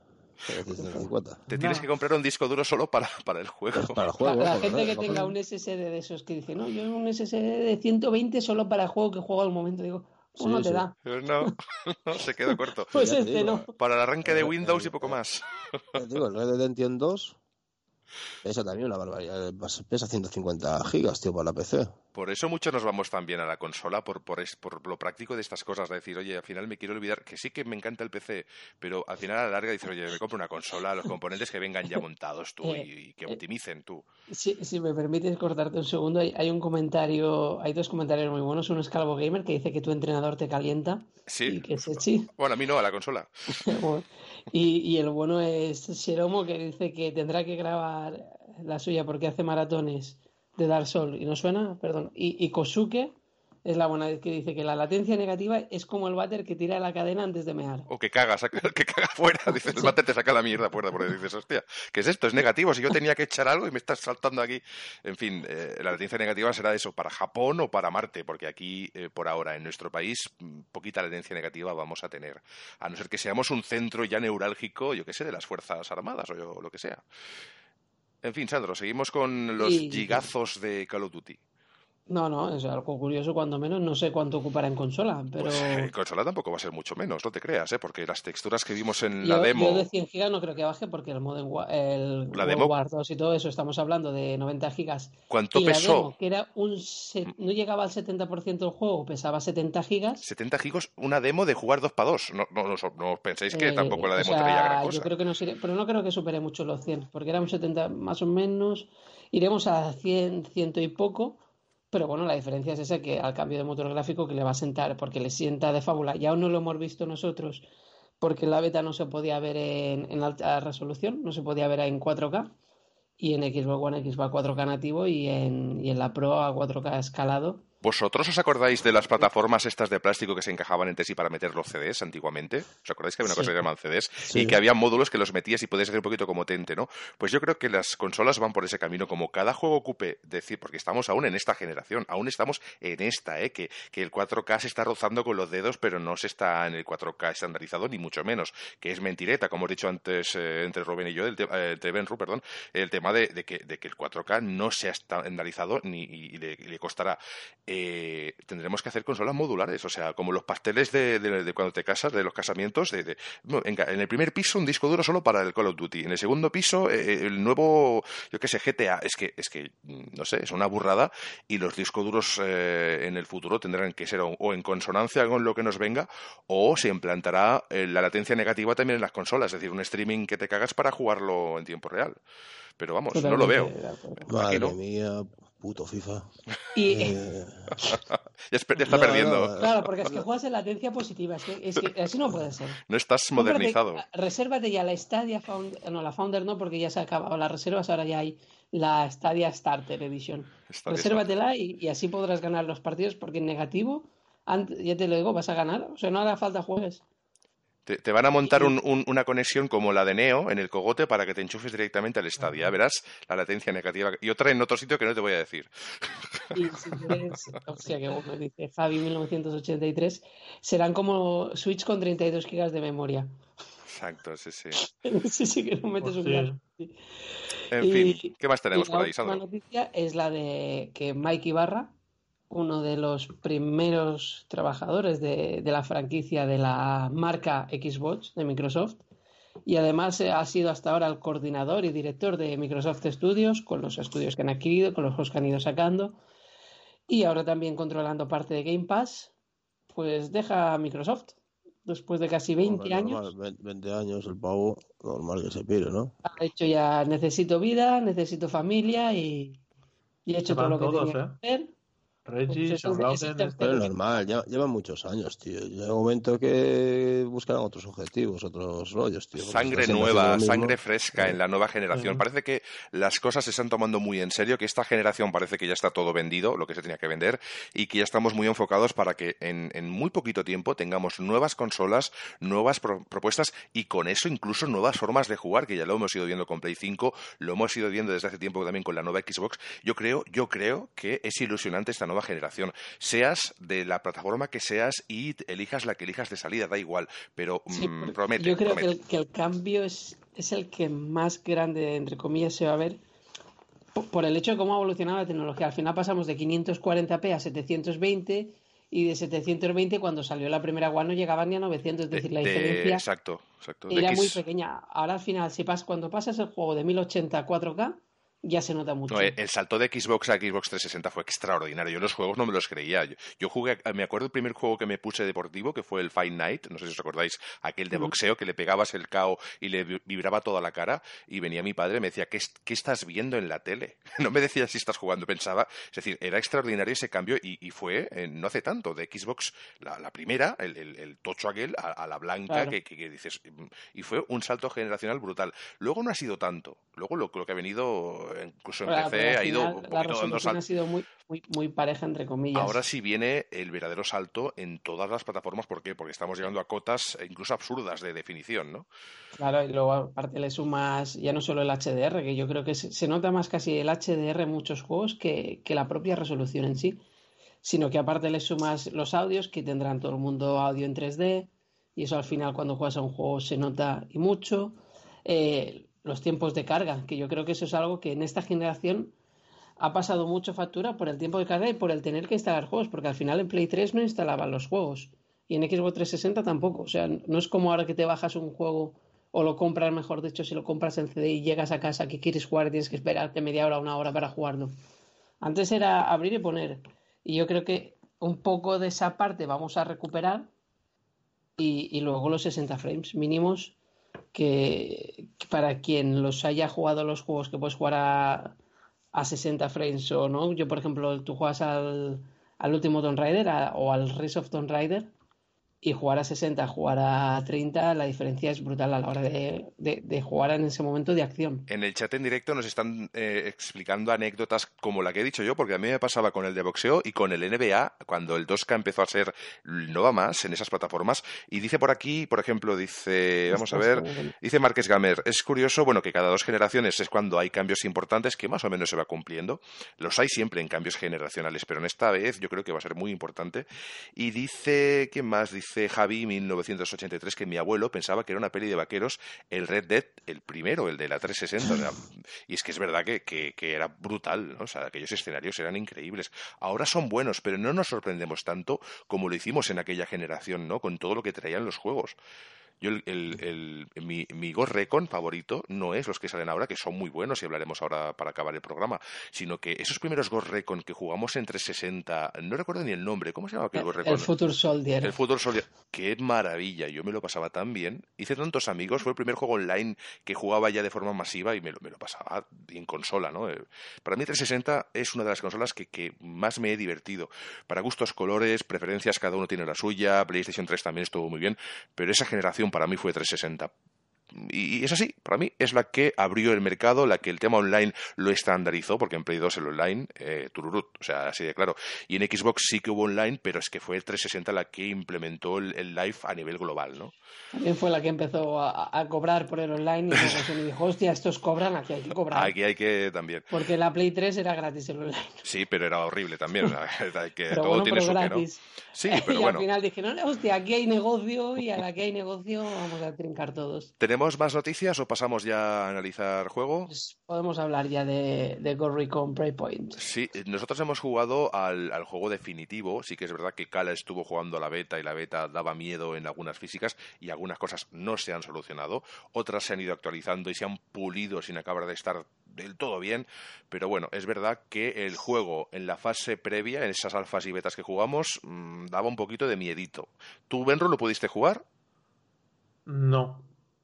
Te tienes no. que comprar un disco duro solo para, para el juego. Para el juego la, la pues, gente ¿no? que tenga un S S D de esos que dice, no, yo un S S D de ciento veinte solo para el juego que juego al momento. Digo, pues sí, no te sí. da. Pues no, no, se quedó corto. Pues este no. Para el arranque de Windows y poco más. Digo, el Red Dead Redemption dos pesa también una barbaridad. Pesa ciento cincuenta gigas, tío, para la P C. Por eso muchos nos vamos también a la consola, por, por, es, por lo práctico de estas cosas, de decir, oye, al final me quiero olvidar, que sí que me encanta el P C, pero al final a la larga dices, oye, me compro una consola, los componentes que vengan ya montados tú y, y que optimicen tú. Si, si me permites cortarte un segundo, hay, hay un comentario, hay dos comentarios muy buenos. Uno es Calvo Gamer, que dice que tu entrenador te calienta. Sí. Y que se sí. Bueno, a mí no, a la consola. y, y el bueno es Sheromo, que dice que tendrá que grabar la suya porque hace maratones de Dark Souls y no suena, perdón. Y, y Kosuke es la buena que dice que la latencia negativa es como el váter que tira la cadena antes de mear. O que caga, saca, que caga fuera. Dice, el váter te saca la mierda fuera, porque dices, hostia, ¿qué es esto? Es negativo. Si yo tenía que echar algo y me estás saltando aquí. En fin, eh, la latencia negativa será eso, para Japón o para Marte, porque aquí, eh, por ahora, en nuestro país, poquita latencia negativa vamos a tener. A no ser que seamos un centro ya neurálgico, yo qué sé, de las Fuerzas Armadas o yo, lo que sea. En fin, Sandro, seguimos con los y... gigazos de Call of Duty. No, no, es algo curioso cuando menos. No sé cuánto ocupará en consola, pero... Pues en consola tampoco va a ser mucho menos, no te creas, ¿eh? Porque las texturas que vimos en yo, la demo... Yo de cien gigas no creo que baje porque el Modern Wa- el La World demo, War dos y todo eso estamos hablando de noventa gigas. ¿cuánto Y la pesó? demo, que era un... se- no llegaba al setenta por ciento del juego, pesaba setenta gigas. setenta gigas, una demo de jugar dos para dos. No, no, no, os- no os penséis que tampoco Eh, la o demo traía gran sea, yo cosa. creo que no sería... Pero no creo que supere mucho los cien, porque era un setenta más o menos. Iremos a cien, ciento y poco. Pero bueno, la diferencia es esa, que al cambio de motor gráfico que le va a sentar, porque le sienta de fábula. Y aún no lo hemos visto nosotros, porque en la beta no se podía ver en, en alta resolución, no se podía ver en cuatro K, y en Xbox One X va a cuatro K nativo y en, y en la Pro a cuatro K escalado. ¿Vosotros os acordáis de las plataformas estas de plástico que se encajaban entre sí para meter los C Ds antiguamente? ¿Os acordáis que había una Sí. cosa que llamaban C Ds? Sí. Y que había módulos que los metías y podías hacer un poquito como Tente, ¿no? Pues yo creo que las consolas van por ese camino, como cada juego ocupe, decir, porque estamos aún en esta generación, aún estamos en esta, ¿eh? Que, que el cuatro K se está rozando con los dedos, pero no se está en el cuatro K estandarizado, ni mucho menos, que es mentireta, como he dicho antes eh, entre Rubén y yo, el te- eh, entre Benru, perdón, el tema de, de, que, de que el cuatro K no se ha estandarizado ni y, y le, y le costará. Eh, tendremos que hacer consolas modulares, o sea, como los pasteles de, de, de cuando te casas, de los casamientos, de, de, no, en, en el primer piso un disco duro solo para el Call of Duty, en el segundo piso eh, el nuevo, yo qué sé, G T A, es que, es que, no sé, es una burrada, y los discos duros eh, en el futuro tendrán que ser o, o en consonancia con lo que nos venga, o se implantará eh, la latencia negativa también en las consolas, es decir, un streaming que te cagas para jugarlo en tiempo real. Pero vamos, Totalmente no lo veo. de acuerdo. Madre no? mía, puto FIFA. Y, Eh, Ya, es- ya está no, perdiendo. no, claro, porque es que juegas en latencia positiva, es que, es que así no puede ser. No estás Cómprate- modernizado. resérvate ya la Stadia Founder, no, la Founder no, porque ya se ha acabado las reservas, ahora ya hay la Stadia Starter Edition. Stadia Resérvatela y, y así podrás ganar los partidos, porque en negativo, ant- ya te lo digo, vas a ganar, o sea, no hará falta juegues. Te, te van a montar un- un- una conexión como la de Neo en el cogote para que te enchufes directamente al Stadia. Ya verás la latencia negativa. Y otra en otro sitio que no te voy a decir. Y si quieres, o sea que bueno, dice Javi mil novecientos ochenta y tres, serán como Switch con treinta y dos gigas de memoria. Exacto, sí, sí. Sí, sí, que no metes Pues un sí. gasto. Sí. En Y- fin, ¿qué más tenemos y por la ahí, última Sandro? noticia es la de que Mike Ibarra, uno de los primeros trabajadores de, de la franquicia de la marca Xbox de Microsoft, y además eh, ha sido hasta ahora el coordinador y director de Microsoft Studios, con los estudios que han adquirido, con los juegos que han ido sacando, y ahora también controlando parte de Game Pass, pues deja a Microsoft después de casi veinte hombre, años. normal, veinte años el pavo, normal que se pire, ¿no? Ha dicho ya, necesito vida, necesito familia y, y he hecho Se todo van lo que todos, tenía ¿eh? que hacer. Reggie, Pues es el- Sean es el Louden, tercero. Pero es normal, ya, llevan muchos años, tío. Llega un momento que buscarán otros objetivos, otros rollos, tío. porque Sangre están haciendo nueva, lo mismo. sangre fresca Eh, en la nueva generación. Ujú. Parece que las cosas se están tomando muy en serio, que esta generación parece que ya está todo vendido, lo que se tenía que vender, y que ya estamos muy enfocados para que en, en muy poquito tiempo tengamos nuevas consolas, nuevas pro- propuestas y con eso incluso nuevas formas de jugar, que ya lo hemos ido viendo con Play cinco, lo hemos ido viendo desde hace tiempo también con la nueva Xbox. Yo creo, yo creo que es ilusionante esta nueva generación. Seas de la plataforma que seas y elijas la que elijas de salida, da igual, pero Sí, mm, porque promete, yo creo promete. que el, que el cambio es, es el que más grande, entre comillas, se va a ver po- por el hecho de cómo ha evolucionado la tecnología. Al final pasamos de quinientos cuarenta p a setecientos veinte y de setecientos veinte cuando salió la primera One no llegaban ni a novecientos, es De- decir, la de- diferencia exacto, exacto. De era muy X- pequeña. Ahora al final, si pas, cuando pasas el juego de mil ochenta a cuatro K, ya se nota mucho. No, eh, el salto de Xbox a Xbox trescientos sesenta fue extraordinario. Yo los juegos no me los creía. Yo, yo jugué, me acuerdo el primer juego que me puse deportivo, que fue el Fight Night, no sé si os acordáis, aquel de Mm. boxeo que le pegabas el K O y le vi- vibraba toda la cara, y venía mi padre y me decía, ¿qué, es- qué estás viendo en la tele? No me decía si estás jugando, pensaba, es decir, era extraordinario ese cambio y, y fue eh, no hace tanto, de Xbox, la, la primera, el, el, el tocho aquel, a, a la blanca, Claro. que, que, que dices, mm, y fue un salto generacional brutal. Luego no ha sido tanto, luego lo, lo que ha venido, eh, incluso en Claro, P C, pero al ha ido final un la poquito dando resolución ha saltos. sido muy, muy, muy pareja, entre comillas. Ahora sí viene el verdadero salto en todas las plataformas. ¿Por qué? Porque estamos llegando a cotas eh, incluso absurdas de definición, ¿no? Claro, y luego aparte le sumas ya no solo el H D R, que yo creo que se, se nota más casi el H D R en muchos juegos que, que la propia resolución en sí, sino que aparte le sumas los audios, que tendrán todo el mundo audio en tres D, y eso al final cuando juegas a un juego se nota y mucho. Eh, los tiempos de carga, que yo creo que eso es algo que en esta generación ha pasado mucho factura por el tiempo de carga y por el tener que instalar juegos, porque al final en Play tres no instalaban los juegos y en Xbox trescientos sesenta tampoco. O sea, no es como ahora que te bajas un juego o lo compras, mejor dicho, si lo compras en C D y llegas a casa que quieres jugar y tienes que esperarte media hora o una hora para jugarlo. Antes era abrir y poner. Y yo creo que un poco de esa parte vamos a recuperar y, y luego los sesenta frames mínimos que, que para quien los haya jugado los juegos que puedes jugar a, a sesenta frames o no. Yo, por ejemplo, tú juegas al, al último Tomb Raider a, o al Rise of Tomb Raider y jugar a sesenta, jugar a treinta, la diferencia es brutal a la hora de, de, de jugar en ese momento de acción. En el chat en directo nos están eh, explicando anécdotas como la que he dicho yo, porque a mí me pasaba con el de boxeo y con el N B A, cuando el dos K empezó a ser no va más en esas plataformas. Y dice por aquí, por ejemplo, dice, vamos a ver, dice Márquez Gamer, es curioso, bueno, que cada dos generaciones es cuando hay cambios importantes que más o menos se va cumpliendo. Los hay siempre en cambios generacionales, pero en esta vez yo creo que va a ser muy importante. Y dice, ¿quién más? Dice Dice Javi mil novecientos ochenta y tres que mi abuelo pensaba que era una peli de vaqueros, el Red Dead, el primero, el de la trescientos sesenta. O sea, y es que es verdad que, que, que era brutal, ¿no? O sea, aquellos escenarios eran increíbles. Ahora son buenos, pero no nos sorprendemos tanto como lo hicimos en aquella generación, ¿no? Con todo lo que traían los juegos. Yo el, el, el, mi, mi Ghost Recon favorito no es los que salen ahora, que son muy buenos y hablaremos ahora para acabar el programa, sino que esos primeros Ghost Recon que jugamos en trescientos sesenta, no recuerdo ni el nombre, ¿cómo se llama aquel Ghost Recon? El Future Soldier. El Future Soldier, qué maravilla, yo me lo pasaba tan bien, hice tantos amigos, fue el primer juego online que jugaba ya de forma masiva y me lo, me lo pasaba en consola, ¿no? Para mí trescientos sesenta es una de las consolas que, que más me he divertido. Para gustos, colores, preferencias, cada uno tiene la suya, PlayStation tres también estuvo muy bien, pero esa generación para mí fue trescientos sesenta. Y es así, para mí es la que abrió el mercado, la que el tema online lo estandarizó, porque en Play dos el online, eh, tururut, o sea, así de claro. Y en Xbox sí que hubo online, pero es que fue el trescientos sesenta la que implementó el, el live a nivel global, ¿no? También fue la que empezó a, a cobrar por el online y me dijo, hostia, estos cobran, aquí hay que cobrar. Aquí hay que también. Porque la Play tres era gratis el online. Sí, pero era horrible también, o sea, que pero todo bueno, tiene pero su gratis. Que, ¿no? Sí, pero y bueno. al final dijeron, hostia, aquí hay negocio y a la que hay negocio vamos a trincar todos. ¿Tenemos más noticias o pasamos ya a analizar juego? Pues podemos hablar ya de, de Ghost Recon Breakpoint. Sí, nosotros hemos jugado al, al juego definitivo. Sí que es verdad que Kala estuvo jugando a la beta y la beta daba miedo en algunas físicas y algunas cosas no se han solucionado. Otras se han ido actualizando y se han pulido sin acabar de estar del todo bien. Pero bueno, es verdad que el juego en la fase previa, en esas alfas y betas que jugamos, mmm, daba un poquito de miedito. ¿Tú, Benro, lo pudiste jugar? No.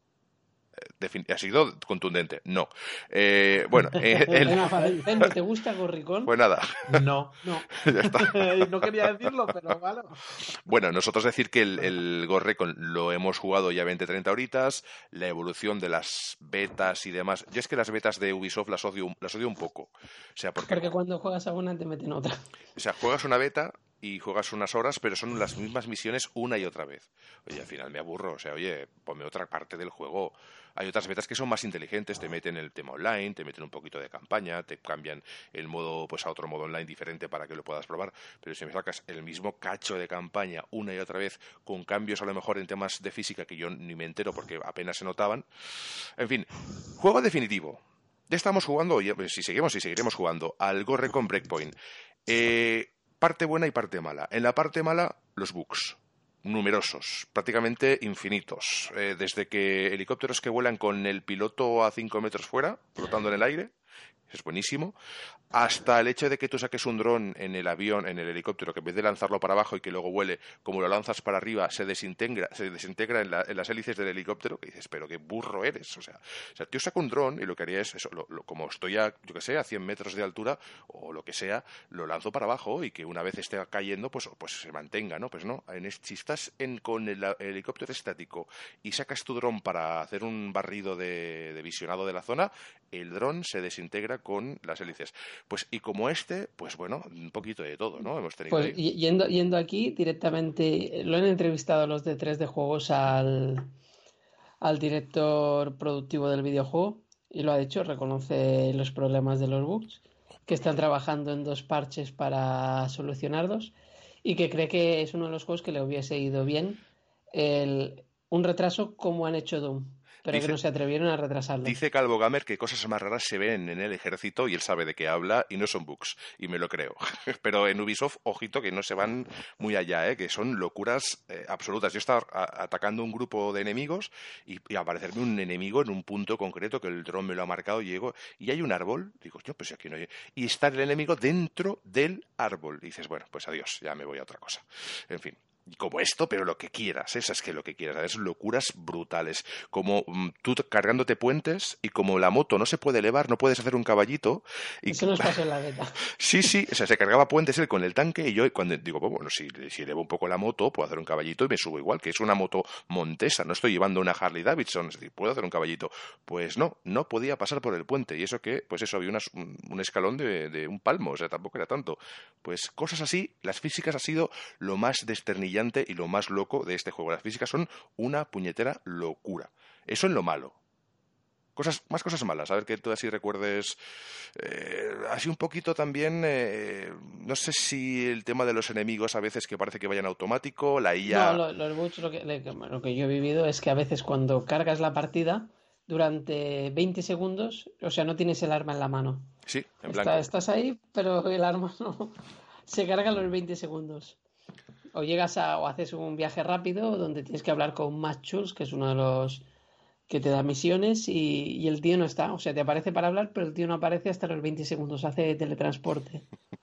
Ha sido contundente, no. Eh, bueno, eh, el... ¿No te gusta Ghost Recon? Pues nada. No, no. Ya está. No quería decirlo, pero bueno. Bueno, nosotros decir que el, el Ghost Recon lo hemos jugado ya veinte a treinta horitas, la evolución de las betas y demás. Yo es que las betas de Ubisoft las odio, las odio un poco. O sea, porque... porque cuando juegas a una te meten otra. O sea, juegas una beta y juegas unas horas, pero son las mismas misiones una y otra vez. Oye, al final me aburro. O sea, oye, ponme otra parte del juego. Hay otras betas que son más inteligentes, te meten el tema online, te meten un poquito de campaña, te cambian el modo pues a otro modo online diferente para que lo puedas probar, pero si me sacas el mismo cacho de campaña una y otra vez con cambios a lo mejor en temas de física que yo ni me entero porque apenas se notaban. En fin, juego definitivo. Ya estamos jugando, ya, pues, si seguimos y si seguiremos jugando al Ghost Recon Breakpoint. Eh, parte buena y parte mala. En la parte mala, los bugs. Numerosos, prácticamente infinitos. Eh, desde que helicópteros que vuelan con el piloto a cinco metros fuera, flotando en el aire, es buenísimo, hasta el hecho de que tú saques un dron en el avión, en el helicóptero, que en vez de lanzarlo para abajo y que luego vuele, como lo lanzas para arriba, se desintegra, se desintegra en, la, en las hélices del helicóptero, que dices, pero qué burro eres. O sea, o sea, yo saco un dron y lo que haría es eso, lo, lo, como estoy a, yo que sé, a cien metros de altura, o lo que sea, lo lanzo para abajo y que una vez esté cayendo, pues, pues se mantenga, ¿no? Pues no, en, si estás en, con el, el helicóptero estático y sacas tu dron para hacer un barrido de, de visionado de la zona, el dron se desintegra con las hélices. Pues y como este, pues bueno, un poquito de todo, ¿no? Hemos tenido pues ahí. Yendo, yendo aquí directamente, lo han entrevistado a los de tres D Juegos al, al director productivo del videojuego y lo ha dicho, reconoce los problemas de los bugs, que están trabajando en dos parches para solucionarlos y que cree que es uno de los juegos que le hubiese ido bien el, un retraso como han hecho Doom. pero dice, que no se atrevieron a retrasarlo. Dice Calvo Gamer que cosas más raras se ven en el ejército y él sabe de qué habla y no son bugs, y me lo creo. Pero en Ubisoft, ojito, que no se van muy allá, ¿eh? Que son locuras eh, absolutas. Yo estaba a- atacando un grupo de enemigos y, y aparecerme un enemigo en un punto concreto que el dron me lo ha marcado y llego y hay un árbol, digo, yo pues aquí no hay, y está el enemigo dentro del árbol. Y dices, bueno, pues adiós, ya me voy a otra cosa. En fin. Como esto, pero lo que quieras, esas que lo que quieras, es locuras brutales, como mm, tú cargándote puentes y como la moto no se puede elevar, no puedes hacer un caballito. Y... Eso nos pasó en la beta. Sí, sí, o sea, se cargaba puentes él con el tanque y yo cuando digo, bueno, si, si elevo un poco la moto, puedo hacer un caballito y me subo igual, que es una moto montesa, no estoy llevando una Harley Davidson, es decir, puedo hacer un caballito. Pues no, no podía pasar por el puente y eso que, pues eso, había una, un, un escalón de, de un palmo, o sea, tampoco era tanto. Pues cosas así, las físicas ha sido lo más desternillante y lo más loco de este juego. Las físicas son una puñetera locura. Eso en lo malo. Cosas, más cosas malas, a ver que tú así recuerdes. Eh, así un poquito también, eh, no sé si el tema de los enemigos a veces que parece que vayan automático, la I A... No, los bugs, lo que, lo que yo he vivido es que a veces cuando cargas la partida, durante veinte segundos, o sea, no tienes el arma en la mano. Sí, en blanco. Está, estás ahí, pero el arma no se carga los veinte segundos. O llegas a, o haces un viaje rápido donde tienes que hablar con Matt Schultz, que es uno de los que te da misiones, y, y el tío no está. O sea, te aparece para hablar, pero el tío no aparece hasta los veinte segundos. Hace teletransporte.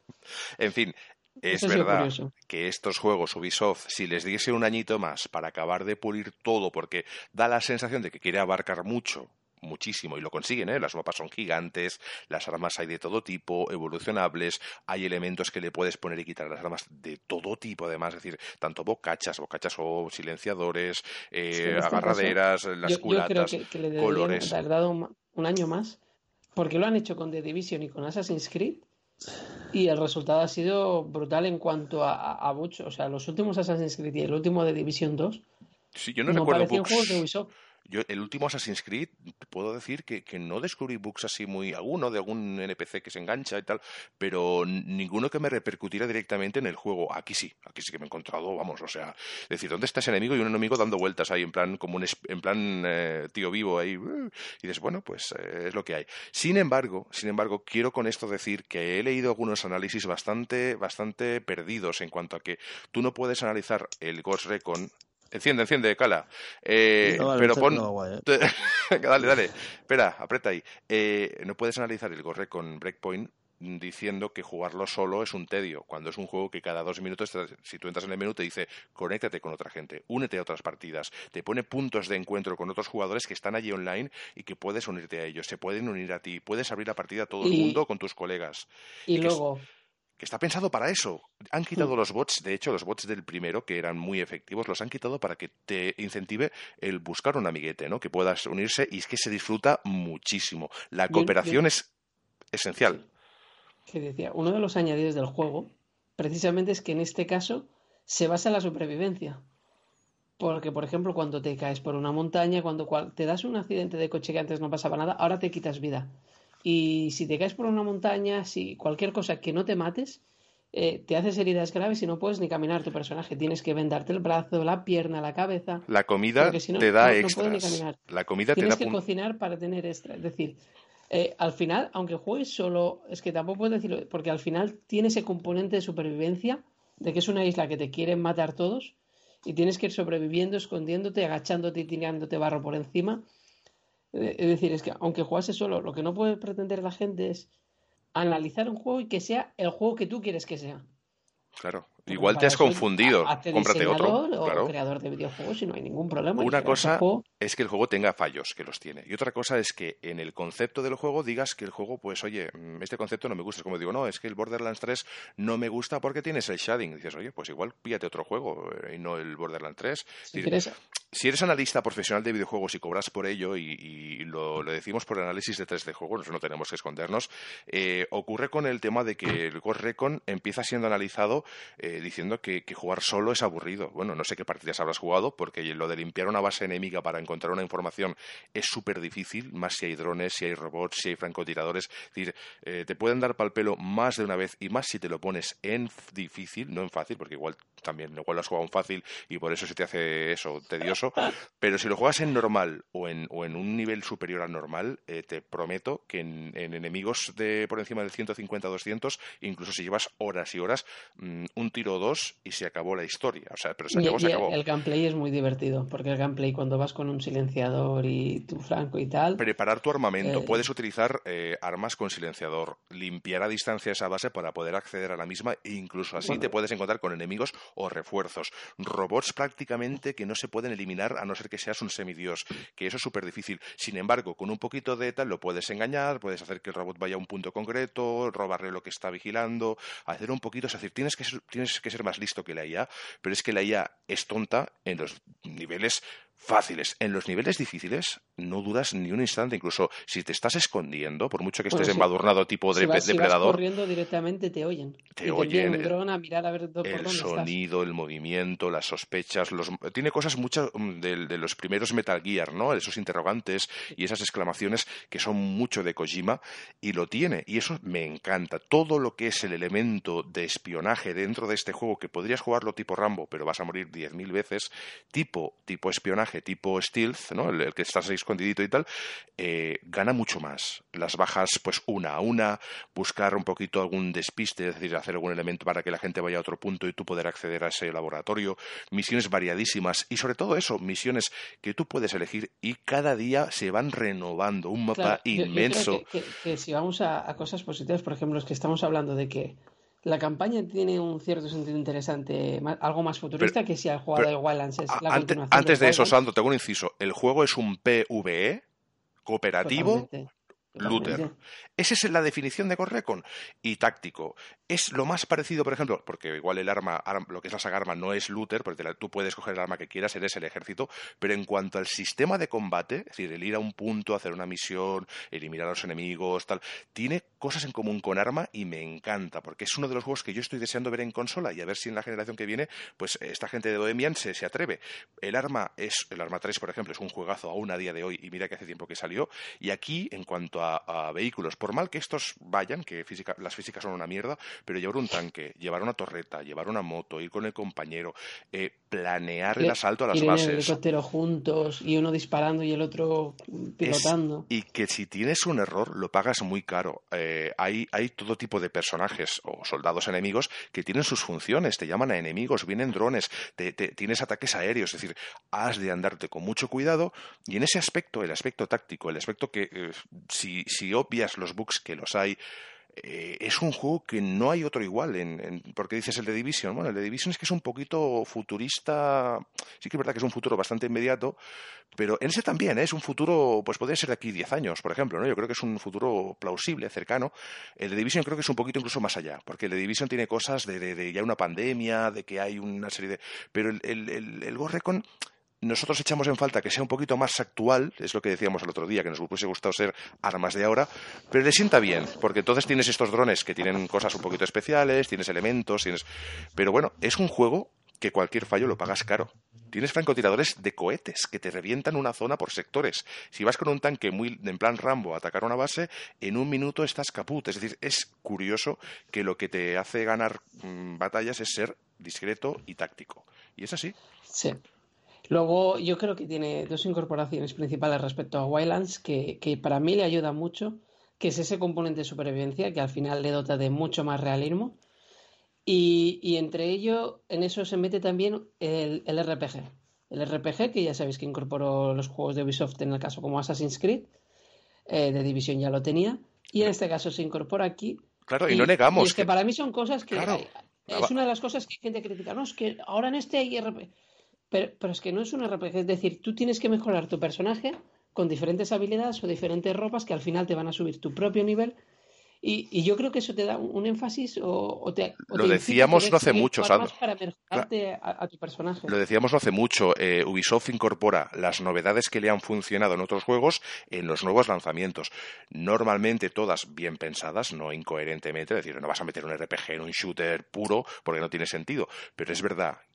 En fin, es verdad que estos juegos Ubisoft, si les diese un añito más para acabar de pulir todo, porque da la sensación de que quiere abarcar mucho, muchísimo, y lo consiguen, ¿eh? Las mapas son gigantes, las armas hay de todo tipo, evolucionables, hay elementos que le puedes poner y quitar las armas de todo tipo, además, es decir, tanto bocachas, bocachas o silenciadores, eh, sí, agarraderas, caso, las yo, culatas, yo creo que, que le colores. haber dado un, un año más, porque lo han hecho con The Division y con Assassin's Creed, y el resultado ha sido brutal en cuanto a, a, a mucho, o sea, los últimos Assassin's Creed y el último de Division dos, sí, yo no, no recuerdo parecían juegos de Ubisoft. Yo, el último Assassin's Creed, puedo decir que, que no descubrí bugs así muy... Alguno de algún N P C que se engancha y tal, pero ninguno que me repercutiera directamente en el juego. Aquí sí, aquí sí que me he encontrado, vamos, o sea... Decir, ¿dónde está ese enemigo? Y un enemigo dando vueltas ahí, en plan, como un en plan eh, tío vivo ahí. Y dices, bueno, pues eh, es lo que hay. Sin embargo, sin embargo, quiero con esto decir que he leído algunos análisis bastante, bastante perdidos en cuanto a que tú no puedes analizar el Ghost Recon... Enciende, enciende, Cala. Eh, no, vale, pero pon... No, guay, eh. dale, dale. Espera, aprieta ahí. Eh, no puedes analizar el Ghost Recon Breakpoint diciendo que jugarlo solo es un tedio, cuando es un juego que cada dos minutos, si tú entras en el menú, te dice conéctate con otra gente, únete a otras partidas, te pone puntos de encuentro con otros jugadores que están allí online y que puedes unirte a ellos, se pueden unir a ti, puedes abrir la partida a todo y... el mundo con tus colegas. Y, y luego... Es... que está pensado para eso. Han quitado los bots, de hecho, los bots del primero, que eran muy efectivos, los han quitado para que te incentive el buscar un amiguete, ¿no? Que puedas unirse y es que se disfruta muchísimo. La cooperación yo, yo, es esencial. Que decía, uno de los añadidos del juego, precisamente es que en este caso se basa en la supervivencia. Porque, por ejemplo, cuando te caes por una montaña, cuando te das un accidente de coche que antes no pasaba nada, ahora te quitas vida. Y si te caes por una montaña, si cualquier cosa que no te mates, eh, te haces heridas graves y no puedes ni caminar tu personaje. Tienes que vendarte el brazo, la pierna, la cabeza. La comida si no, te da no, extras. No puedes ni caminar. La comida Tienes te da que cocinar para tener extras. Es decir, eh, al final, aunque juegues solo, es que tampoco puedes decirlo, porque al final tiene ese componente de supervivencia, de que es una isla que te quieren matar todos y tienes que ir sobreviviendo, escondiéndote, agachándote y tirándote barro por encima. Es decir, es que aunque jugase solo, lo que no puede pretender la gente es analizar un juego y que sea el juego que tú quieres que sea. Claro. Porque igual te has confundido. Cómprate otro. O claro. creador de videojuegos y no hay ningún problema. Una cosa es que el juego tenga fallos, que los tiene. Y otra cosa es que en el concepto del juego digas que el juego, pues oye, este concepto no me gusta. Es como digo, no, es que el Borderlands tres no me gusta porque tienes el shading. Y dices, oye, pues igual píllate otro juego y no el Borderlands tres. Si, y, quieres... si eres analista profesional de videojuegos y cobras por ello, y, y lo, lo decimos por análisis de tres D juegos, no tenemos que escondernos, eh, ocurre con el tema de que el Ghost Recon empieza siendo analizado eh, diciendo que, que jugar solo es aburrido. Bueno, no sé qué partidas habrás jugado, porque lo de limpiar una base enemiga para encontrar una información es súper difícil, más si hay drones, si hay robots, si hay francotiradores. Es decir, eh, te pueden dar pal pelo más de una vez y más si te lo pones en difícil, no en fácil, porque igual también igual lo has jugado en fácil y por eso se te hace eso tedioso, pero si lo juegas en normal o en, o en un nivel superior al normal, eh, te prometo que en, en enemigos de por encima del ciento cincuenta a doscientos, incluso si llevas horas y horas, mmm, un tiro o dos y se acabó la historia, o sea, pero se acabó, y, se y acabó. El, el gameplay es muy divertido, porque el gameplay cuando vas con un silenciador y tu franco y tal... Preparar tu armamento, eh, puedes utilizar eh, armas con silenciador, limpiar a distancia esa base para poder acceder a la misma e incluso así bueno, te puedes encontrar con enemigos o refuerzos, robots prácticamente que no se pueden eliminar a no ser que seas un semidios, que eso es súper difícil. Sin embargo, con un poquito de tal lo puedes engañar, puedes hacer que el robot vaya a un punto concreto, robarle lo que está vigilando, hacer un poquito, es decir, tienes que ser, tienes que ser más listo que la I A, pero es que la I A es tonta en los niveles fáciles. En los niveles difíciles no duras ni un instante, incluso si te estás escondiendo, por mucho que estés bueno, sí. embadurnado tipo si de, vas, depredador. Si vas corriendo directamente te oyen. Te y oyen. Te envían un dron a mirar a ver por el dónde sonido, estás. el movimiento, las sospechas, los... tiene cosas muchas de, de los primeros Metal Gear, ¿no? Esos interrogantes y esas exclamaciones que son mucho de Kojima, y lo tiene, y eso me encanta. Todo lo que es el elemento de espionaje dentro de este juego, que podrías jugarlo tipo Rambo, pero vas a morir diez mil veces, tipo, tipo espionaje, tipo stealth, ¿no? El, el que estás ahí escondidito y tal, eh, gana mucho más. Las bajas, pues una a una, buscar un poquito algún despiste, es decir, hacer algún elemento para que la gente vaya a otro punto y tú poder acceder a ese laboratorio, misiones variadísimas y sobre todo eso, misiones que tú puedes elegir y cada día se van renovando, un mapa claro, inmenso. Yo, yo creo que, que, que si vamos a, a cosas positivas, por ejemplo, es que estamos hablando de que la campaña tiene un cierto sentido interesante, más, algo más futurista, pero, que si al jugador de Wildlands es la ante, continuación antes de, de eso, Wildlands. Sandro, tengo un inciso, el juego es un P V E cooperativo. Totalmente. Looter. Esa es la definición de Ghost Recon. Y táctico. Es lo más parecido, por ejemplo, porque igual el arma, arma lo que es la saga arma no es looter, porque la, tú puedes coger el arma que quieras, eres el ejército, pero en cuanto al sistema de combate, es decir, el ir a un punto, hacer una misión, eliminar a los enemigos, tal, tiene cosas en común con arma y me encanta, porque es uno de los juegos que yo estoy deseando ver en consola y a ver si en la generación que viene, pues esta gente de Bohemian se, se atreve. El arma es, el arma tres, por ejemplo, es un juegazo aún a día de hoy y mira que hace tiempo que salió, y aquí, en cuanto a, a vehículos, por mal que estos vayan, que física, las físicas son una mierda, pero llevar un tanque, llevar una torreta, llevar una moto, ir con el compañero, eh, planear el asalto a las ir bases. Ir en el helicóptero juntos y uno disparando y el otro pilotando. Es, y que si tienes un error lo pagas muy caro. Eh, hay, hay todo tipo de personajes o soldados enemigos que tienen sus funciones, te llaman a enemigos, vienen drones, te, te, tienes ataques aéreos, es decir, has de andarte con mucho cuidado y en ese aspecto, el aspecto táctico, el aspecto que eh, si, si obvias los bugs que los hay, Eh, es un juego que no hay otro igual, en, en, porque dices el de Division. Bueno, el de Division es que es un poquito futurista, sí que es verdad que es un futuro bastante inmediato, pero en ese también ¿eh? Es un futuro, pues podría ser de aquí diez años, por ejemplo, ¿no? Yo creo que es un futuro plausible, cercano. El de Division creo que es un poquito incluso más allá, porque el de Division tiene cosas de, de, de ya una pandemia, de que hay una serie de... Pero el, el, el, el Ghost Recon... Nosotros echamos en falta que sea un poquito más actual, es lo que decíamos el otro día, que nos hubiese gustado ser armas de ahora, pero le sienta bien, porque entonces tienes estos drones que tienen cosas un poquito especiales, tienes elementos, tienes... Pero bueno, es un juego que cualquier fallo lo pagas caro. Tienes francotiradores de cohetes que te revientan una zona por sectores. Si vas con un tanque muy en plan Rambo a atacar una base, en un minuto estás caput. Es decir, es curioso que lo que te hace ganar mmm, batallas es ser discreto y táctico. Y es así. Sí. Luego, yo creo que tiene dos incorporaciones principales respecto a Wildlands que, que para mí le ayuda mucho, que es ese componente de supervivencia que al final le dota de mucho más realismo. Y, y entre ello, en eso se mete también el, el R P G. El R P G, que ya sabéis que incorporó los juegos de Ubisoft en el caso como Assassin's Creed, eh, de Division ya lo tenía, y en este caso se incorpora aquí. Claro, y, y no negamos. Y es que, que para mí son cosas que... Claro. Hay, es una de las cosas que hay gente critica. No, es que ahora en este hay R P G... Pero, pero es que no es un R P G, es decir, tú tienes que mejorar tu personaje con diferentes habilidades o diferentes ropas que al final te van a subir tu propio nivel y, y yo creo que eso te da un, un énfasis o, o te o Lo te decíamos no hace mucho, Sandro. Para mejorarte a, a tu personaje. Lo decíamos no hace mucho. Eh, Ubisoft incorpora las novedades que le han funcionado en otros juegos en los nuevos lanzamientos. Normalmente todas bien pensadas, no incoherentemente. Es decir, no vas a meter un R P G en un shooter puro porque no tiene sentido. Pero es verdad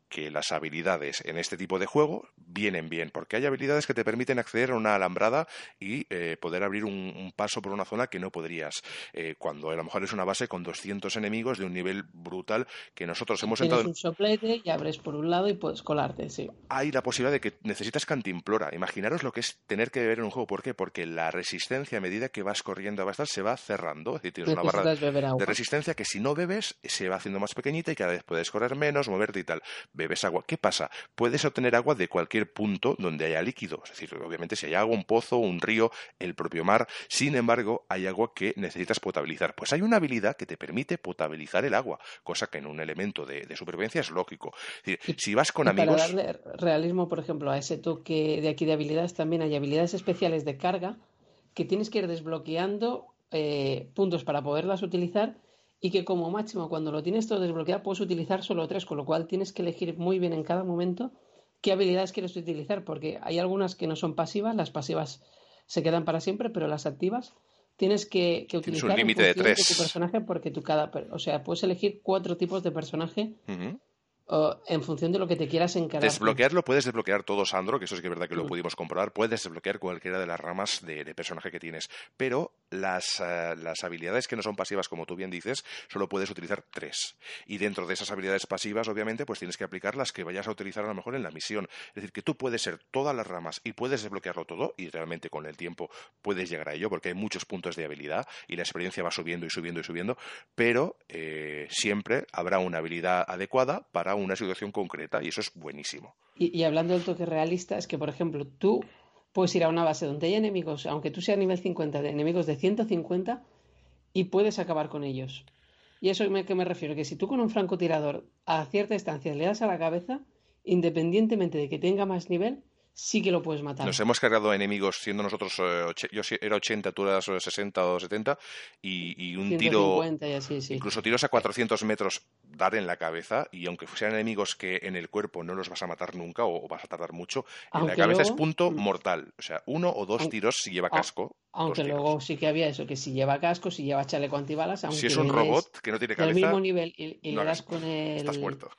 que las habilidades en este tipo de juego vienen bien, porque hay habilidades que te permiten acceder a una alambrada y eh, poder abrir un, un paso por una zona que no podrías, eh, cuando a lo mejor es una base con doscientos enemigos de un nivel brutal que nosotros hemos Tienes entrado... un soplete y abres por un lado y puedes colarte, sí. Hay la posibilidad de que necesitas cantimplora. Imaginaros lo que es tener que beber en un juego. ¿Por qué? Porque la resistencia, a medida que vas corriendo a bastar, se va cerrando. Es decir, tienes una barra de resistencia que si no bebes se va haciendo más pequeñita y cada vez puedes correr menos, moverte y tal. Bebes agua. ¿Qué pasa? Puedes obtener agua de cualquier punto donde haya líquido. Es decir, obviamente si hay agua, un pozo, un río, el propio mar. Sin embargo, hay agua que necesitas potabilizar. Pues hay una habilidad que te permite potabilizar el agua, cosa que en un elemento de, de supervivencia es lógico. Es decir, y, si vas con y amigos... Para darle realismo, por ejemplo, a ese toque de aquí de habilidades, también hay habilidades especiales de carga que tienes que ir desbloqueando eh, puntos para poderlas utilizar, y que como máximo cuando lo tienes todo desbloqueado puedes utilizar solo tres, con lo cual tienes que elegir muy bien en cada momento qué habilidades quieres utilizar, porque hay algunas que no son pasivas, las pasivas se quedan para siempre, pero las activas tienes que, que utilizar un límite de tres de tu personaje, porque tú cada, o sea, puedes elegir cuatro tipos de personaje. Uh-huh. O en función de lo que te quieras encarar. Desbloquearlo, puedes desbloquear todo, Sandro, que eso sí que es verdad que lo mm. pudimos comprobar. Puedes desbloquear cualquiera de las ramas de, de personaje que tienes, pero las, uh, las habilidades que no son pasivas, como tú bien dices, solo puedes utilizar tres. Y dentro de esas habilidades pasivas, obviamente, pues tienes que aplicar las que vayas a utilizar a lo mejor en la misión. Es decir, que tú puedes ser todas las ramas y puedes desbloquearlo todo, y realmente con el tiempo puedes llegar a ello, porque hay muchos puntos de habilidad y la experiencia va subiendo y subiendo y subiendo, pero eh, siempre habrá una habilidad adecuada para una situación concreta, y eso es buenísimo. Y, y hablando del toque realista, es que, por ejemplo, tú puedes ir a una base donde hay enemigos, aunque tú seas nivel cincuenta, de enemigos de ciento cincuenta, y puedes acabar con ellos. ¿Y eso a qué me refiero? Que si tú con un francotirador a cierta distancia le das a la cabeza, independientemente de que tenga más nivel, sí que lo puedes matar. Nos hemos cargado enemigos siendo nosotros, eh, yo era ochenta, tú eras sesenta o setenta, y, y un ciento cincuenta tiro, y así, sí. incluso tiros a cuatrocientos metros, dar en la cabeza, y aunque sean enemigos que en el cuerpo no los vas a matar nunca o, o vas a tardar mucho, aunque en la cabeza luego, es punto mortal. O sea, uno o dos aunque, tiros si lleva casco. Aunque luego sí que había eso, que si lleva casco, si lleva chaleco antibalas, aunque si es un robot que no tiene cabeza, del mismo nivel y, y no le das con el... estás muerto.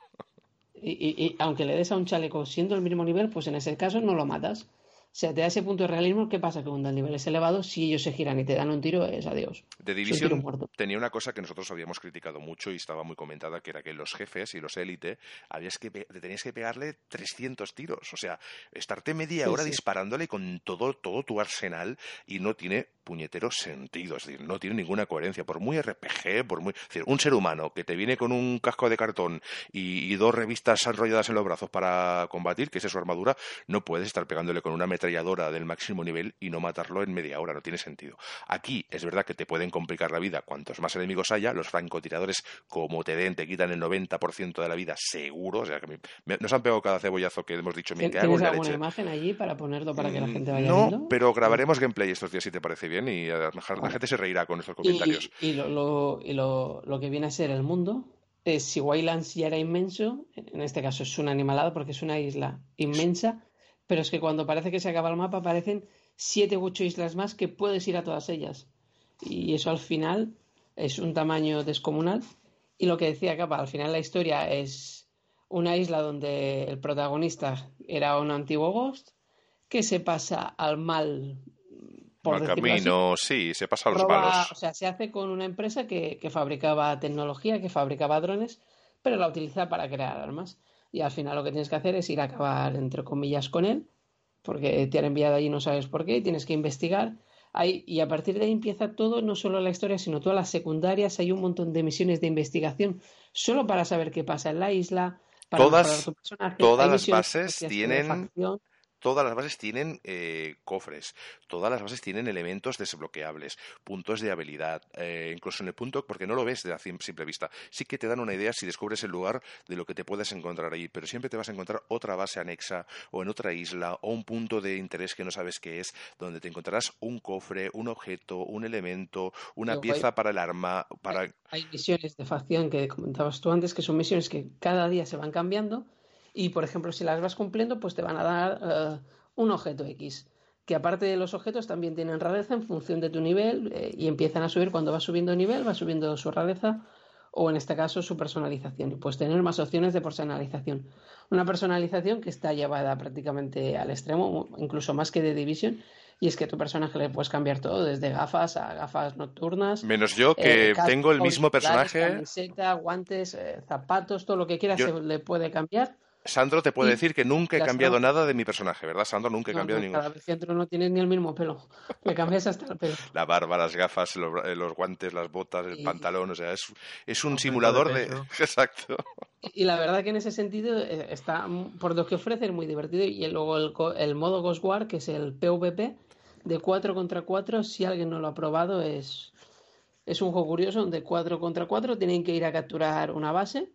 Y, y, y aunque le des a un chaleco siendo el mismo nivel, pues en ese caso no lo matas. O sea, te da ese punto de realismo. ¿Qué pasa? Que cuando el nivel es elevado, si ellos se giran y te dan un tiro, es adiós. The Division tenía una cosa que nosotros habíamos criticado mucho y estaba muy comentada, que era que los jefes y los élite habías que, te tenías que pegarle trescientos tiros. O sea, estarte media sí, hora sí. disparándole con todo, todo tu arsenal, y no tiene puñetero sentido. Es decir, no tiene ninguna coherencia. Por muy R P G, por muy... Es decir, un ser humano que te viene con un casco de cartón y, y dos revistas enrolladas en los brazos para combatir, que esa es su armadura, no puedes estar pegándole con una ametralladora del máximo nivel y no matarlo en media hora. No tiene sentido. Aquí es verdad que te pueden complicar la vida cuantos más enemigos haya. Los francotiradores, como te den, te quitan el noventa por ciento de la vida seguro. O sea, que me, me, nos han pegado cada cebollazo que hemos dicho. Me ¿Tienes alguna leche. imagen allí para ponerlo para que la gente vaya no, viendo? No, pero grabaremos gameplay estos días si te parece bien, y a lo mejor la gente se reirá con nuestros comentarios. Y, y, lo, lo, y lo, lo que viene a ser el mundo es, si Wildlands ya era inmenso, en este caso es una animalada porque es una isla inmensa, pero es que cuando parece que se acaba el mapa aparecen siete u ocho islas más que puedes ir a todas ellas. Y eso al final es un tamaño descomunal. Y lo que decía Capa, al final la historia es una isla donde el protagonista era un antiguo Ghost que se pasa al mal, por mal camino, así. Sí, se pasa a los Roba, malos. O sea, se hace con una empresa que, que fabricaba tecnología, que fabricaba drones, pero la utiliza para crear armas. Y al final lo que tienes que hacer es ir a acabar, entre comillas, con él, porque te han enviado allí, no sabes por qué, y tienes que investigar. Hay, y a partir de ahí empieza todo, no solo la historia, sino todas las secundarias. Hay un montón de misiones de investigación solo para saber qué pasa en la isla, para todas, mejorar tu personaje. Todas Hay las bases tienen... De Todas las bases tienen eh, cofres, todas las bases tienen elementos desbloqueables, puntos de habilidad, eh, incluso en el punto, porque no lo ves de a simple vista, sí que te dan una idea si descubres el lugar de lo que te puedes encontrar ahí, pero siempre te vas a encontrar otra base anexa o en otra isla o un punto de interés que no sabes qué es, donde te encontrarás un cofre, un objeto, un elemento, una Pero pieza hay, para el arma. Para... Hay, hay misiones de facción que comentabas tú antes, que son misiones que cada día se van cambiando. Y, por ejemplo, si las vas cumpliendo, pues te van a dar uh, un objeto X, que aparte de los objetos también tienen rareza en función de tu nivel, eh, y empiezan a subir. Cuando vas subiendo nivel, va subiendo su rareza o en este caso su personalización, y pues tener más opciones de personalización. Una personalización que está llevada prácticamente al extremo, incluso más que de Division, y es que tu personaje le puedes cambiar todo, desde gafas a gafas nocturnas. Menos yo, que eh, casco, tengo el mismo personaje. Camiseta, guantes, eh, zapatos, todo lo que quieras yo... se le puede cambiar. Sandro te puede y decir que nunca he cambiado estamos... nada de mi personaje, ¿verdad, Sandro? Nunca he no, cambiado no, ningún. Cada vez que entro no tienes ni el mismo pelo. Le cambias hasta el pelo. La barba, las gafas, los, los guantes, las botas, el y... pantalón, o sea, es, es un, un simulador de... de... Exacto. Y la verdad que en ese sentido está, por lo que ofrece, es muy divertido. Y luego el, el modo Ghost War, que es el PvP de cuatro contra cuatro, si alguien no lo ha probado, es, es un juego curioso donde cuatro contra cuatro tienen que ir a capturar una base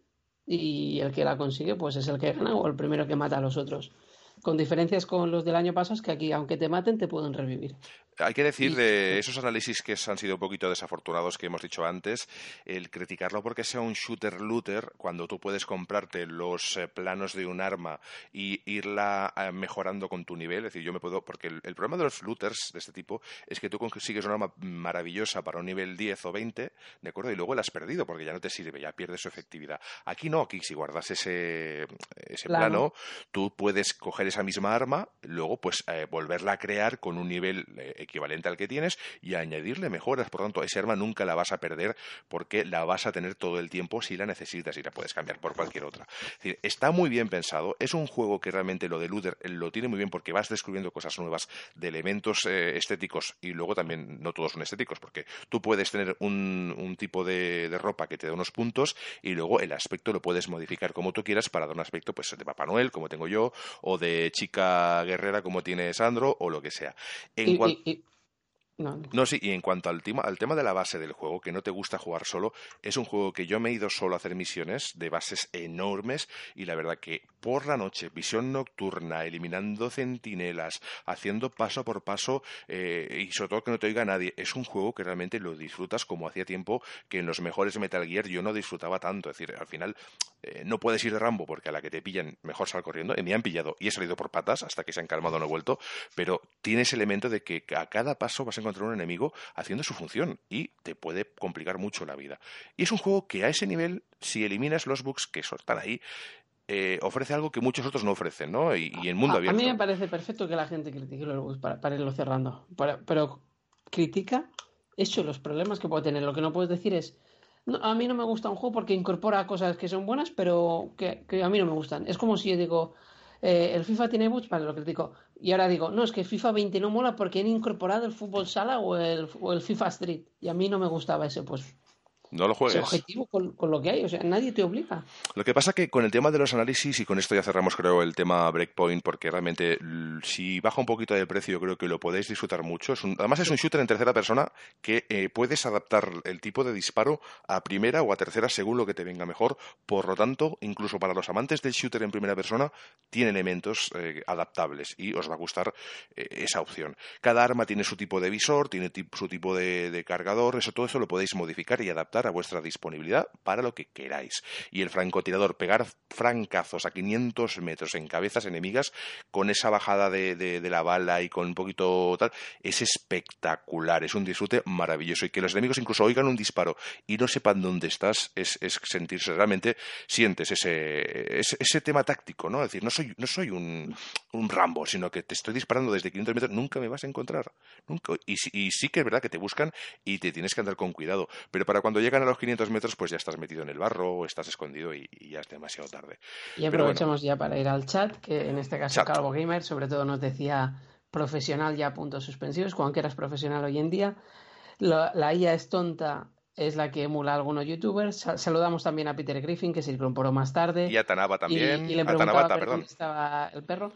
y el que la consigue pues es el que gana o el primero que mata a los otros. Con diferencias con los del año pasado, es que aquí, aunque te maten, te pueden revivir. Hay que decir y... de esos análisis que han sido un poquito desafortunados que hemos dicho antes, el criticarlo porque sea un shooter-looter, cuando tú puedes comprarte los eh, planos de un arma y irla eh, mejorando con tu nivel. Es decir, yo me puedo... Porque el, el problema de los looters de este tipo es que tú consigues un arma maravillosa para un nivel diez o veinte, ¿de acuerdo? Y luego la has perdido porque ya no te sirve, ya pierdes su efectividad. Aquí no, aquí si guardas ese, ese plano, plano tú puedes coger esa misma arma, luego pues eh, volverla a crear con un nivel eh, equivalente al que tienes y añadirle mejoras. Por tanto, esa arma nunca la vas a perder porque la vas a tener todo el tiempo si la necesitas y la puedes cambiar por cualquier otra. Es decir, está muy bien pensado. Es un juego que realmente lo de looter lo tiene muy bien porque vas descubriendo cosas nuevas de elementos eh, estéticos y luego también no todos son estéticos porque tú puedes tener un, un tipo de, de ropa que te da unos puntos y luego el aspecto lo puedes modificar como tú quieras para dar un aspecto pues de Papá Noel como tengo yo o de chica guerrera como tiene Sandro o lo que sea. En y, cual... y, y... No, no. no, sí, y en cuanto al tema, al tema de la base del juego, que no te gusta jugar solo, es un juego que yo me he ido solo a hacer misiones de bases enormes y la verdad que por la noche, visión nocturna, eliminando centinelas, haciendo paso por paso eh, y sobre todo que no te oiga nadie, es un juego que realmente lo disfrutas como hacía tiempo que en los mejores Metal Gear yo no disfrutaba tanto. Es decir, al final eh, no puedes ir de Rambo porque a la que te pillan mejor sal corriendo. Y me han pillado y he salido por patas hasta que se han calmado, no he vuelto, pero tiene ese elemento de que a cada paso vas a encontrar un enemigo haciendo su función y te puede complicar mucho la vida. Y es un juego que a ese nivel, si eliminas los bugs que están ahí, eh, ofrece algo que muchos otros no ofrecen, ¿no? Y, y en mundo a, abierto. A mí me parece perfecto que la gente critique los bugs para, para irlo cerrando, para, pero critica eso, los problemas que puede tener. Lo que no puedes decir es no, a mí no me gusta un juego porque incorpora cosas que son buenas pero que, que a mí no me gustan. Es como si yo digo Eh, el FIFA tiene bugs, vale, lo critico. Y ahora digo, no, es que FIFA veinte no mola porque han incorporado el fútbol sala o el, o el FIFA Street. Y a mí no me gustaba ese, pues. No lo juegues. Ese objetivo con, con lo que hay, o sea, nadie te obliga. Lo que pasa que con el tema de los análisis, y con esto ya cerramos creo el tema Breakpoint, porque realmente si baja un poquito de precio yo creo que lo podéis disfrutar mucho. Es un, además es un shooter en tercera persona que eh, puedes adaptar el tipo de disparo a primera o a tercera según lo que te venga mejor. Por lo tanto, incluso para los amantes del shooter en primera persona, tiene elementos eh, adaptables y os va a gustar eh, esa opción. Cada arma tiene su tipo de visor, tiene tip, su tipo de, de cargador, eso todo eso lo podéis modificar y adaptar a vuestra disponibilidad para lo que queráis. Y el francotirador, pegar francazos a quinientos metros en cabezas enemigas con esa bajada de, de, de la bala y con un poquito tal, es espectacular, es un disfrute maravilloso y que los enemigos incluso oigan un disparo y no sepan dónde estás es, es sentirse realmente, sientes ese, ese, ese tema táctico, ¿no? Es decir, no soy, no soy un, un Rambo, sino que te estoy disparando desde quinientos metros, nunca me vas a encontrar, nunca. Y, y sí que es verdad que te buscan y te tienes que andar con cuidado, pero para cuando llegan a los quinientos metros pues ya estás metido en el barro o estás escondido y, y ya es demasiado tarde. Y aprovechamos bueno, ya para ir al chat, que en este caso chat. Calvo Gamer sobre todo nos decía profesional ya puntos suspensivos, cuando eras profesional hoy en día. La, la I A es tonta es la que emula a algunos youtubers. Saludamos también a Peter Griffin, que se incorporó más tarde. Y a Tanaba también. Y, y le preguntaba a Tanabata, perdón. Dónde estaba el perro.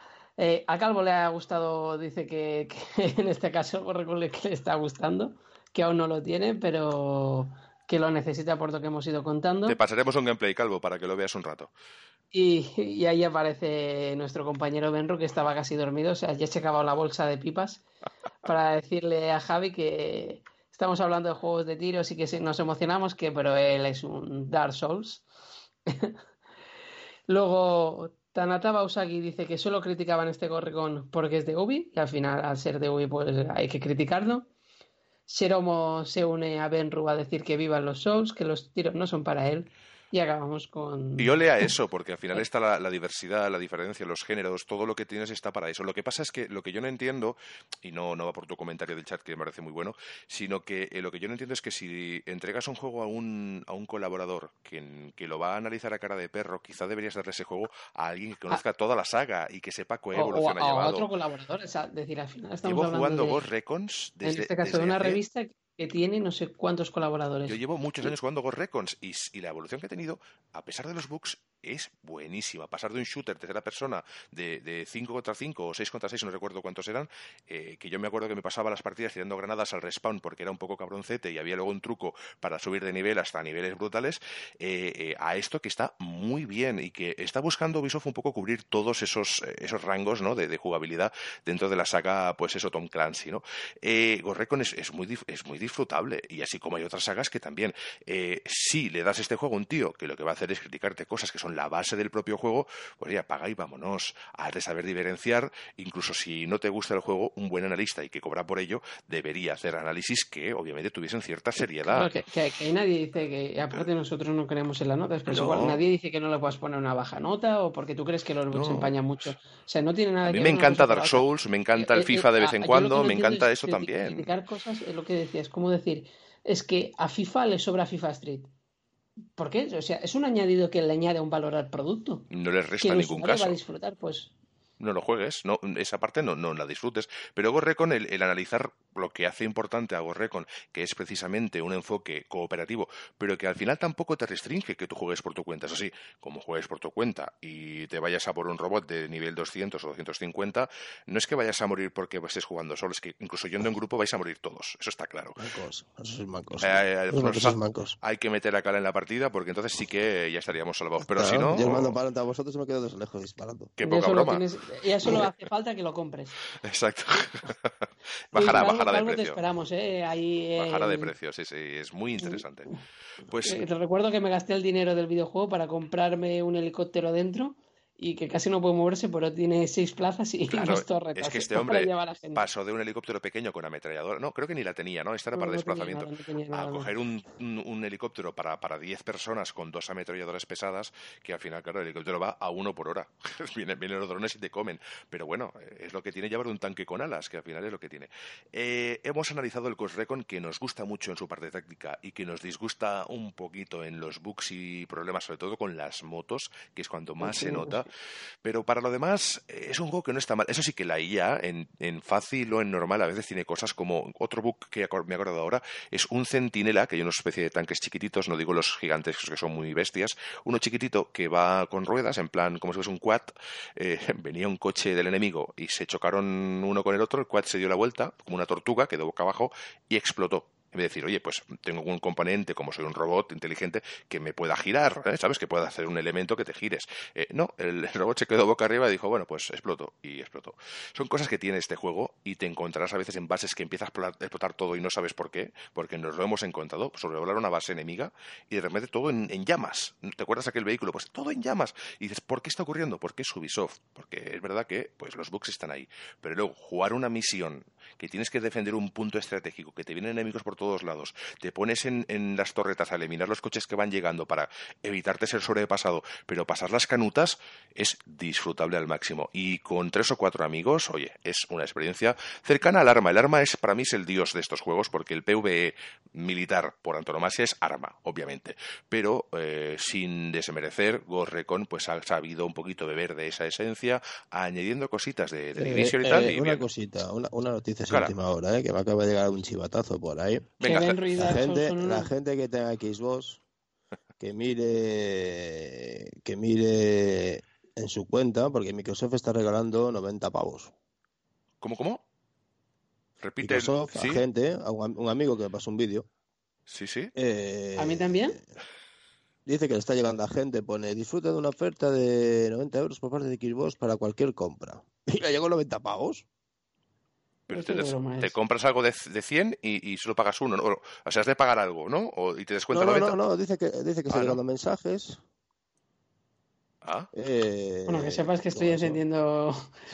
Eh, a Calvo le ha gustado, dice que, que en este caso corre con el que le está gustando, que aún no lo tiene, pero que lo necesita por lo que hemos ido contando. Te pasaremos un gameplay, Calvo, para que lo veas un rato. Y, y ahí aparece nuestro compañero Benro, que estaba casi dormido, o sea, ya se acabó la bolsa de pipas, para decirle a Javi que estamos hablando de juegos de tiros y que nos emocionamos, que pero él es un Dark Souls. Luego Tanataba Usagi dice que solo criticaban este Gorricón porque es de Ubi, y al final al ser de Ubi pues hay que criticarlo. Sheromo se une a Benru a decir que vivan los Souls, que los tiros no son para él. Y acabamos con... Y yo lea eso, porque al final está la, la diversidad, la diferencia, los géneros, todo lo que tienes está para eso. Lo que pasa es que lo que yo no entiendo, y no, no va por tu comentario del chat, que me parece muy bueno, sino que eh, lo que yo no entiendo es que si entregas un juego a un, a un colaborador que, que lo va a analizar a cara de perro, quizá deberías darle ese juego a alguien que conozca ah, toda la saga y que sepa qué evolución o, o ha llevado. A otro colaborador, es decir, al final estamos Llevo hablando jugando de, Ghost Recons desde... En este caso de una hace... revista que tiene no sé cuántos colaboradores. Yo llevo muchos años jugando Ghost Recons y, y la evolución que he tenido, a pesar de los bugs, es buenísima. Pasar de un shooter tercera persona de, de cinco contra cinco o seis contra seis, no recuerdo cuántos eran, eh, que yo me acuerdo que me pasaba las partidas tirando granadas al respawn porque era un poco cabroncete y había luego un truco para subir de nivel hasta niveles brutales, eh, eh, a esto que está muy bien y que está buscando Ubisoft un poco cubrir todos esos, eh, esos rangos, ¿no?, de, de jugabilidad dentro de la saga, pues eso, Tom Clancy, ¿no? Eh, Ghost Recon es, es, muy, es muy disfrutable, y así como hay otras sagas que también, eh, si le das este juego a un tío que lo que va a hacer es criticarte cosas que son la base del propio juego, pues ya paga y vámonos. Has de saber diferenciar, incluso si no te gusta el juego, un buen analista y que cobra por ello debería hacer análisis que obviamente tuviesen cierta seriedad. Claro, que, que, que nadie dice que, aparte nosotros no creemos en las notas, pero no. igual nadie dice que no le puedas poner una baja nota o porque tú crees que los bots no. empañan mucho. O sea, no tiene nada a que mí ver. me encanta Dark Souls, me encanta el FIFA de vez en cuando, me encanta eso también. Criticar cosas es lo que decías, como decir, es que a FIFA le sobra FIFA Street. ¿Por qué? O sea, es un añadido que le añade un valor al producto. No le resta en ningún caso. Va a disfrutar, pues... No lo juegues, no, esa parte no, no la disfrutes. Pero Ghost Recon, el, el analizar lo que hace importante a Ghost Recon, que es precisamente un enfoque cooperativo, pero que al final tampoco te restringe que tú juegues por tu cuenta. Eso sí, como juegues por tu cuenta y te vayas a por un robot de nivel doscientos o doscientos cincuenta, no es que vayas a morir porque estés jugando solo, es que incluso yendo en grupo vais a morir todos, eso está claro. Mancos, esos mancos. Eh, eh, esos mancos. Hay que meter a cara en la partida porque entonces sí que ya estaríamos salvados. Pero si no... Yo os mando para adelante a vosotros y me quedo lejos disparando. Qué poca broma. Tienes... Ya solo hace falta que lo compres. Exacto. bajará, algo, bajará de algo precio. Te esperamos, ¿eh? Ahí, eh... Bajará de precio, sí, sí, es muy interesante. Pues eh, te recuerdo que me gasté el dinero del videojuego para comprarme un helicóptero dentro y que casi no puede moverse, pero tiene seis plazas y claro, dos torretas. Es que este hombre pasó de un helicóptero pequeño con ametralladora, no, creo que ni la tenía, ¿no? Esta era no, para no desplazamiento. Nada, no a coger un, un, un helicóptero para, para diez personas con dos ametralladoras pesadas, que al final, claro, el helicóptero va a uno por hora. vienen, vienen los drones y te comen. Pero bueno, es lo que tiene llevar un tanque con alas, que al final es lo que tiene. Eh, hemos analizado el Ghost Recon, que nos gusta mucho en su parte táctica y que nos disgusta un poquito en los bugs y problemas, sobre todo con las motos, que es cuando más sí, se nota. Pero para lo demás, es un juego que no está mal. Eso sí que la I A, en, en fácil o en normal, a veces tiene cosas como... Otro bug que me he acordado ahora es un centinela, que hay una especie de tanques chiquititos, no digo los gigantes que son muy bestias, uno chiquitito que va con ruedas, en plan como si fuese un quad, eh, venía un coche del enemigo y se chocaron uno con el otro, el quad se dio la vuelta, como una tortuga, quedó boca abajo y explotó. En vez de decir, oye, pues tengo un componente, como soy un robot inteligente, que me pueda girar, ¿eh? ¿Sabes? Que pueda hacer un elemento que te gires. Eh, no, el robot se quedó boca arriba y dijo, bueno, pues explotó, y explotó. Son cosas que tiene este juego y te encontrarás a veces en bases que empiezas a explotar todo y no sabes por qué, porque nos lo hemos encontrado, sobrevolar una base enemiga y de repente todo en, en llamas. ¿Te acuerdas aquel vehículo? Pues todo en llamas. Y dices, ¿por qué está ocurriendo? Porque es Ubisoft. Porque es verdad que pues los bugs están ahí. Pero luego, jugar una misión que tienes que defender un punto estratégico, que te vienen enemigos por todos lados, te pones en, en las torretas a eliminar los coches que van llegando para evitarte ser sobrepasado, pero pasar las canutas es disfrutable al máximo. Y con tres o cuatro amigos, oye, es una experiencia cercana al Arma. El Arma es, para mí, es el dios de estos juegos, porque el PvE militar por antonomasia es Arma, obviamente. Pero eh, sin desmerecer, Ghost Recon pues ha sabido un poquito beber de esa esencia, añadiendo cositas de, de Division eh, y tal. Eh, y una bien. cosita, una, una noticia Claro. última hora, ¿eh? Que me acaba de llegar un chivatazo por ahí. Venga, Que La gente, son la unos- gente que tenga Xbox, que mire, que mire en su cuenta, porque Microsoft está regalando noventa pavos. ¿Cómo, cómo? Repite. el- Microsoft, a ¿Sí? gente, a un, un amigo que me pasó un vídeo. Sí, sí. eh, ¿A mí también? Dice que le está llegando a gente, pone, disfruta de una oferta de noventa euros por parte de Xbox para cualquier compra. Y le llegó noventa pavos. Pero Esto te, qué broma te es. compras algo de, de cien y, y solo pagas uno, ¿no? O, o sea, has de pagar algo, ¿no? O, y te descuenta No, no, noventa. no, no, dice que, dice que Ah, está ¿no? llegando mensajes. ¿Ah? Eh, bueno, que sepas que estoy encendiendo...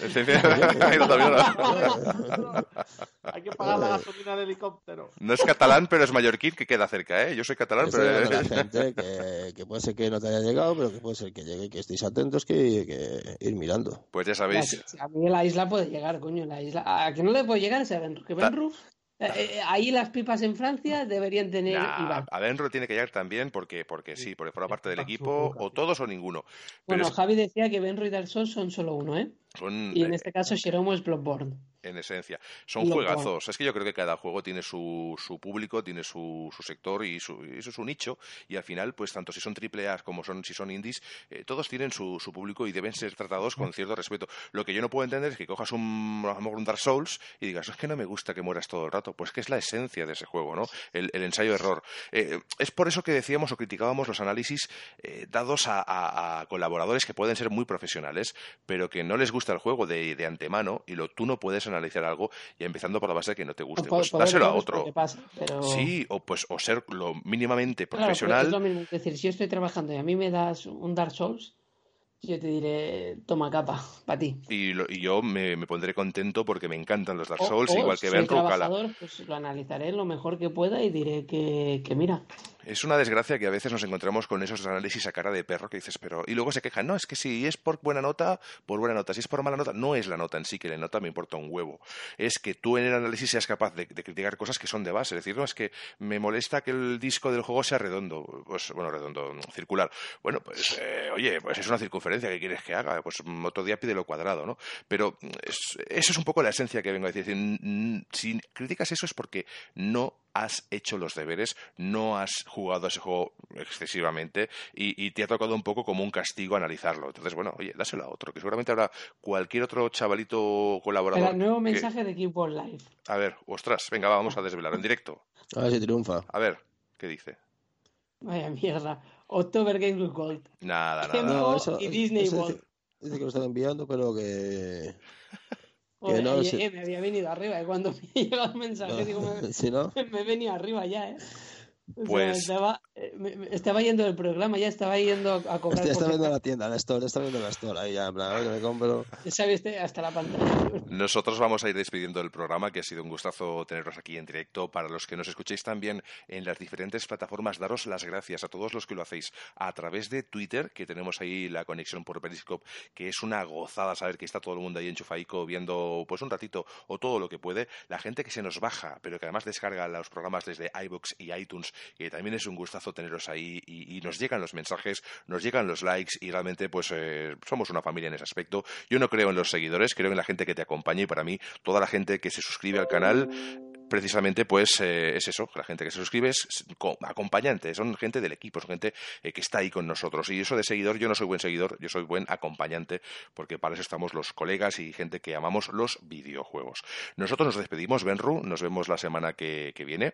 Hay que pagar la gasolina del helicóptero. No es catalán, pero es mallorquín, que queda cerca, ¿eh? Yo soy catalán, Estoy pero... hablando a la gente que, que puede ser que no te haya llegado, pero que puede ser que llegue, que estéis atentos, que, que ir mirando. Pues ya sabéis... Ya, si a mí la isla puede llegar, coño, la isla... ¿A que no le puede llegar ese Benru? Que Benru... Eh, eh, ahí las pipas en Francia deberían tener nah, I V A. A Benro tiene que llegar también porque, porque sí, porque forma parte del equipo, o todos o ninguno. Pero Bueno, es... Javi decía que Benro y Dark Souls son solo uno, ¿eh? Son, y en eh, este caso Shiromo es Bloodborne. En esencia. Son Bloodborne. juegazos. Es que yo creo que cada juego tiene su, su público, tiene su, su sector y, su, y eso es un nicho. Y al final, pues tanto si son triple A como son, si son indies, eh, todos tienen su, su público y deben ser tratados con cierto respeto. Lo que yo no puedo entender es que cojas un, a lo mejor un Dark Souls y digas, es que no me gusta que mueras todo el rato. Pues que es la esencia de ese juego, ¿no? El, el ensayo-error. Eh, es por eso que decíamos o criticábamos los análisis eh, dados a, a, a colaboradores que pueden ser muy profesionales, pero que no les gusta el juego de, de antemano y lo, tú no puedes analizar algo y empezando por la base de que no te guste, O pues poder dáselo a todos otro. porque pasa, pero... Sí, o pues o ser lo mínimamente Claro, profesional. pero es lo mismo. Es decir, si yo estoy trabajando y a mí me das un Dark Souls, yo te diré, toma capa, para ti. Y, lo, y yo me, me pondré contento porque me encantan los Dark O, Souls, o, igual que si soy Ben Rucala. trabajador, pues lo analizaré lo mejor que pueda y diré que, que mira. Es una desgracia que a veces nos encontramos con esos análisis a cara de perro que dices, pero... Y luego se quejan, no, es que si es por buena nota, por buena nota. Si es por mala nota, no es la nota en sí, que la nota me importa un huevo. Es que tú en el análisis seas capaz de, de criticar cosas que son de base. Es decir, no, es que me molesta que el disco del juego sea redondo. Pues, bueno, redondo, circular. Bueno, pues, eh, oye, pues es una circunferencia, ¿qué quieres que haga? Pues otro día pide lo cuadrado, ¿no? Pero es, eso es un poco la esencia que vengo a decir. Es decir, si criticas eso es porque no has hecho los deberes, no has jugado a ese juego excesivamente y, y te ha tocado un poco como un castigo analizarlo. Entonces, bueno, oye, dáselo a otro, que seguramente habrá cualquier otro chavalito colaborador. Espera, nuevo que... mensaje de Equipo Live. A ver, ostras, venga, vamos a desvelarlo en directo. A ver si triunfa. A ver, ¿qué dice? Vaya mierda. October Game with Gold. Nada, nada. Kempo No, eso, y Disney eso World. dice, dice que lo están enviando, pero que... Oye, no, oye, si... eh, me había venido arriba y cuando me llegó el mensaje no, digo, me, si no... me he venido arriba ya, ¿eh? O Pues... sea, estaba, eh, me, me estaba yendo del programa, ya estaba yendo a cobrar. Este está viendo la tienda, la store, está viendo la store, ahí ya, en plan, oye, me compro... ¿Sabe usted? Hasta la pantalla. Nosotros vamos a ir despidiendo el programa, que ha sido un gustazo teneros aquí en directo. Para los que nos escuchéis también en las diferentes plataformas, daros las gracias a todos los que lo hacéis a través de Twitter, que tenemos ahí la conexión por Periscope, que es una gozada saber que está todo el mundo ahí enchufaico viendo pues un ratito o todo lo que puede. La gente que se nos baja, pero que además descarga los programas desde iVoox y iTunes, que también es un gustazo teneros ahí y, y nos llegan los mensajes, nos llegan los likes y realmente pues eh, somos una familia en ese aspecto. Yo no creo en los seguidores, creo en la gente que te acompaña y para mí toda la gente que se suscribe al canal precisamente pues eh, es eso, la gente que se suscribe es acompañante, son gente del equipo, son gente eh, que está ahí con nosotros y eso de seguidor, yo no soy buen seguidor, yo soy buen acompañante porque para eso estamos los colegas y gente que amamos los videojuegos. Nosotros nos despedimos, Benru, nos vemos la semana que, que viene.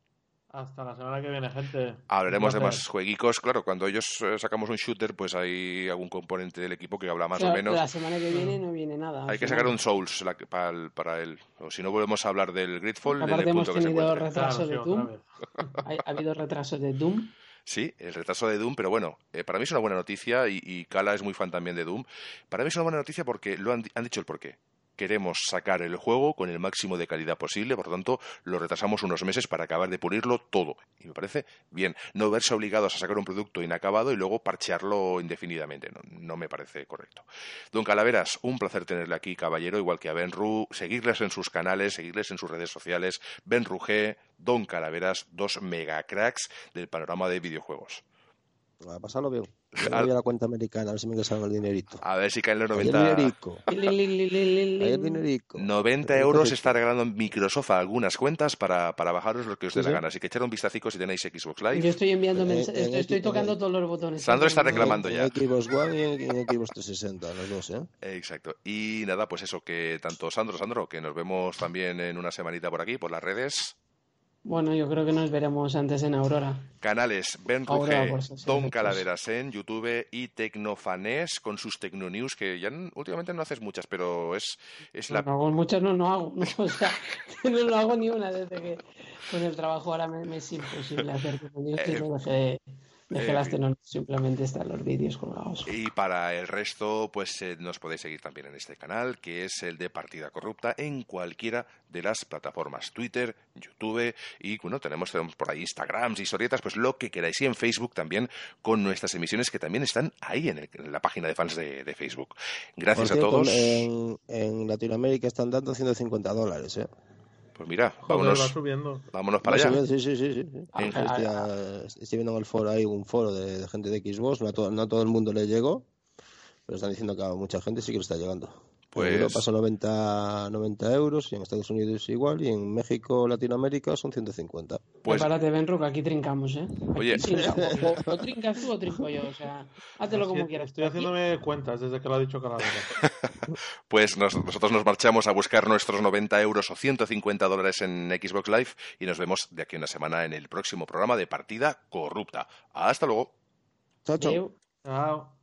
Hasta la semana que viene, gente. Hablaremos de más jueguicos. Claro, cuando ellos eh, sacamos un shooter, pues hay algún componente del equipo que habla más Claro, o menos. La semana que viene no viene nada. Hay que final. sacar un Souls la, para, el, para él. O si no, volvemos a hablar del Gridfall. Aparte en el hemos punto que se tenido encuentre. retraso Claro, de sí, Doom. Ha, ha habido retraso de Doom. Sí, el retraso de Doom, pero bueno, eh, para mí es una buena noticia y, y Kala es muy fan también de Doom. Para mí es una buena noticia porque lo han, han dicho el porqué. Queremos sacar el juego con el máximo de calidad posible, por lo tanto, lo retrasamos unos meses para acabar de pulirlo todo. Y me parece bien. No verse obligados a sacar un producto inacabado y luego parchearlo indefinidamente. No, no me parece correcto. Don Calaveras, un placer tenerle aquí, caballero, igual que a Benru. Seguirles en sus canales, seguirles en sus redes sociales. Benru G, Don Calaveras, dos megacracks del panorama de videojuegos. A pasarlo bien. Yo voy a la cuenta americana, a ver si me ingresan el dinerito. A ver si caen los noventa... Ayer dinerico. Ayer Ayer dinerico. noventa euros está regalando Microsoft a algunas cuentas para, para bajaros lo que os dé Sí, la sí. gana. Así que echar un vistacico si tenéis Xbox Live. Yo estoy enviando En- mensajes, en estoy, estoy X- tocando en- todos los botones. Sandro está En- reclamando ya. En Xbox One y en, en Xbox trescientos sesenta, los dos, ¿eh? Exacto. Y nada, pues eso, que tanto Sandro, Sandro, que nos vemos también en una semanita por aquí, por las redes. Bueno, yo creo que nos veremos antes en Aurora. Canales Ben Aurora, Ruge, por esos Don efectos. Calaveras en YouTube y Tecnofanés con sus Tecnonews, que ya n- últimamente no haces muchas, pero es, es la... No, hago muchas no, no hago. No, o sea, no lo hago ni una desde que con el trabajo ahora me, me es imposible hacer. Yo Eh, lo dejé, De las no, simplemente están los vídeos colgados. Y para el resto, pues eh, nos podéis seguir también en este canal, que es el de Partida Corrupta, en cualquiera de las plataformas, Twitter, YouTube, y bueno, tenemos, tenemos por ahí Instagrams, historietas, pues lo que queráis, y en Facebook también, con nuestras emisiones que también están ahí en, el, en la página de fans de, de Facebook. Gracias cierto, a todos. En, en Latinoamérica están dando ciento cincuenta dólares, ¿eh? Pues mira, Joder, vámonos, va subiendo. vámonos para Va allá. subiendo, sí, sí, sí, sí. Ah, Estoy, ah, estoy viendo en el foro, hay un foro de, de gente de Xbox, no a, todo, no a todo el mundo le llegó, pero están diciendo que a mucha gente sí que le está llegando. Pues... En Europa son noventa, noventa euros, y en Estados Unidos igual, y en México, Latinoamérica son ciento cincuenta. Pues prepárate, Benro, que aquí trincamos, ¿eh? Aquí Oye, trincamos. O, o trincas tú o trinco yo, o sea, háztelo Así, como quieras. Estoy haciéndome cuentas desde que lo ha dicho Calavera. Pues nos, nosotros nos marchamos a buscar nuestros noventa euros o ciento cincuenta dólares en Xbox Live y nos vemos de aquí a una semana en el próximo programa de Partida Corrupta. Hasta luego. Chao, chao. Adeu. Chao.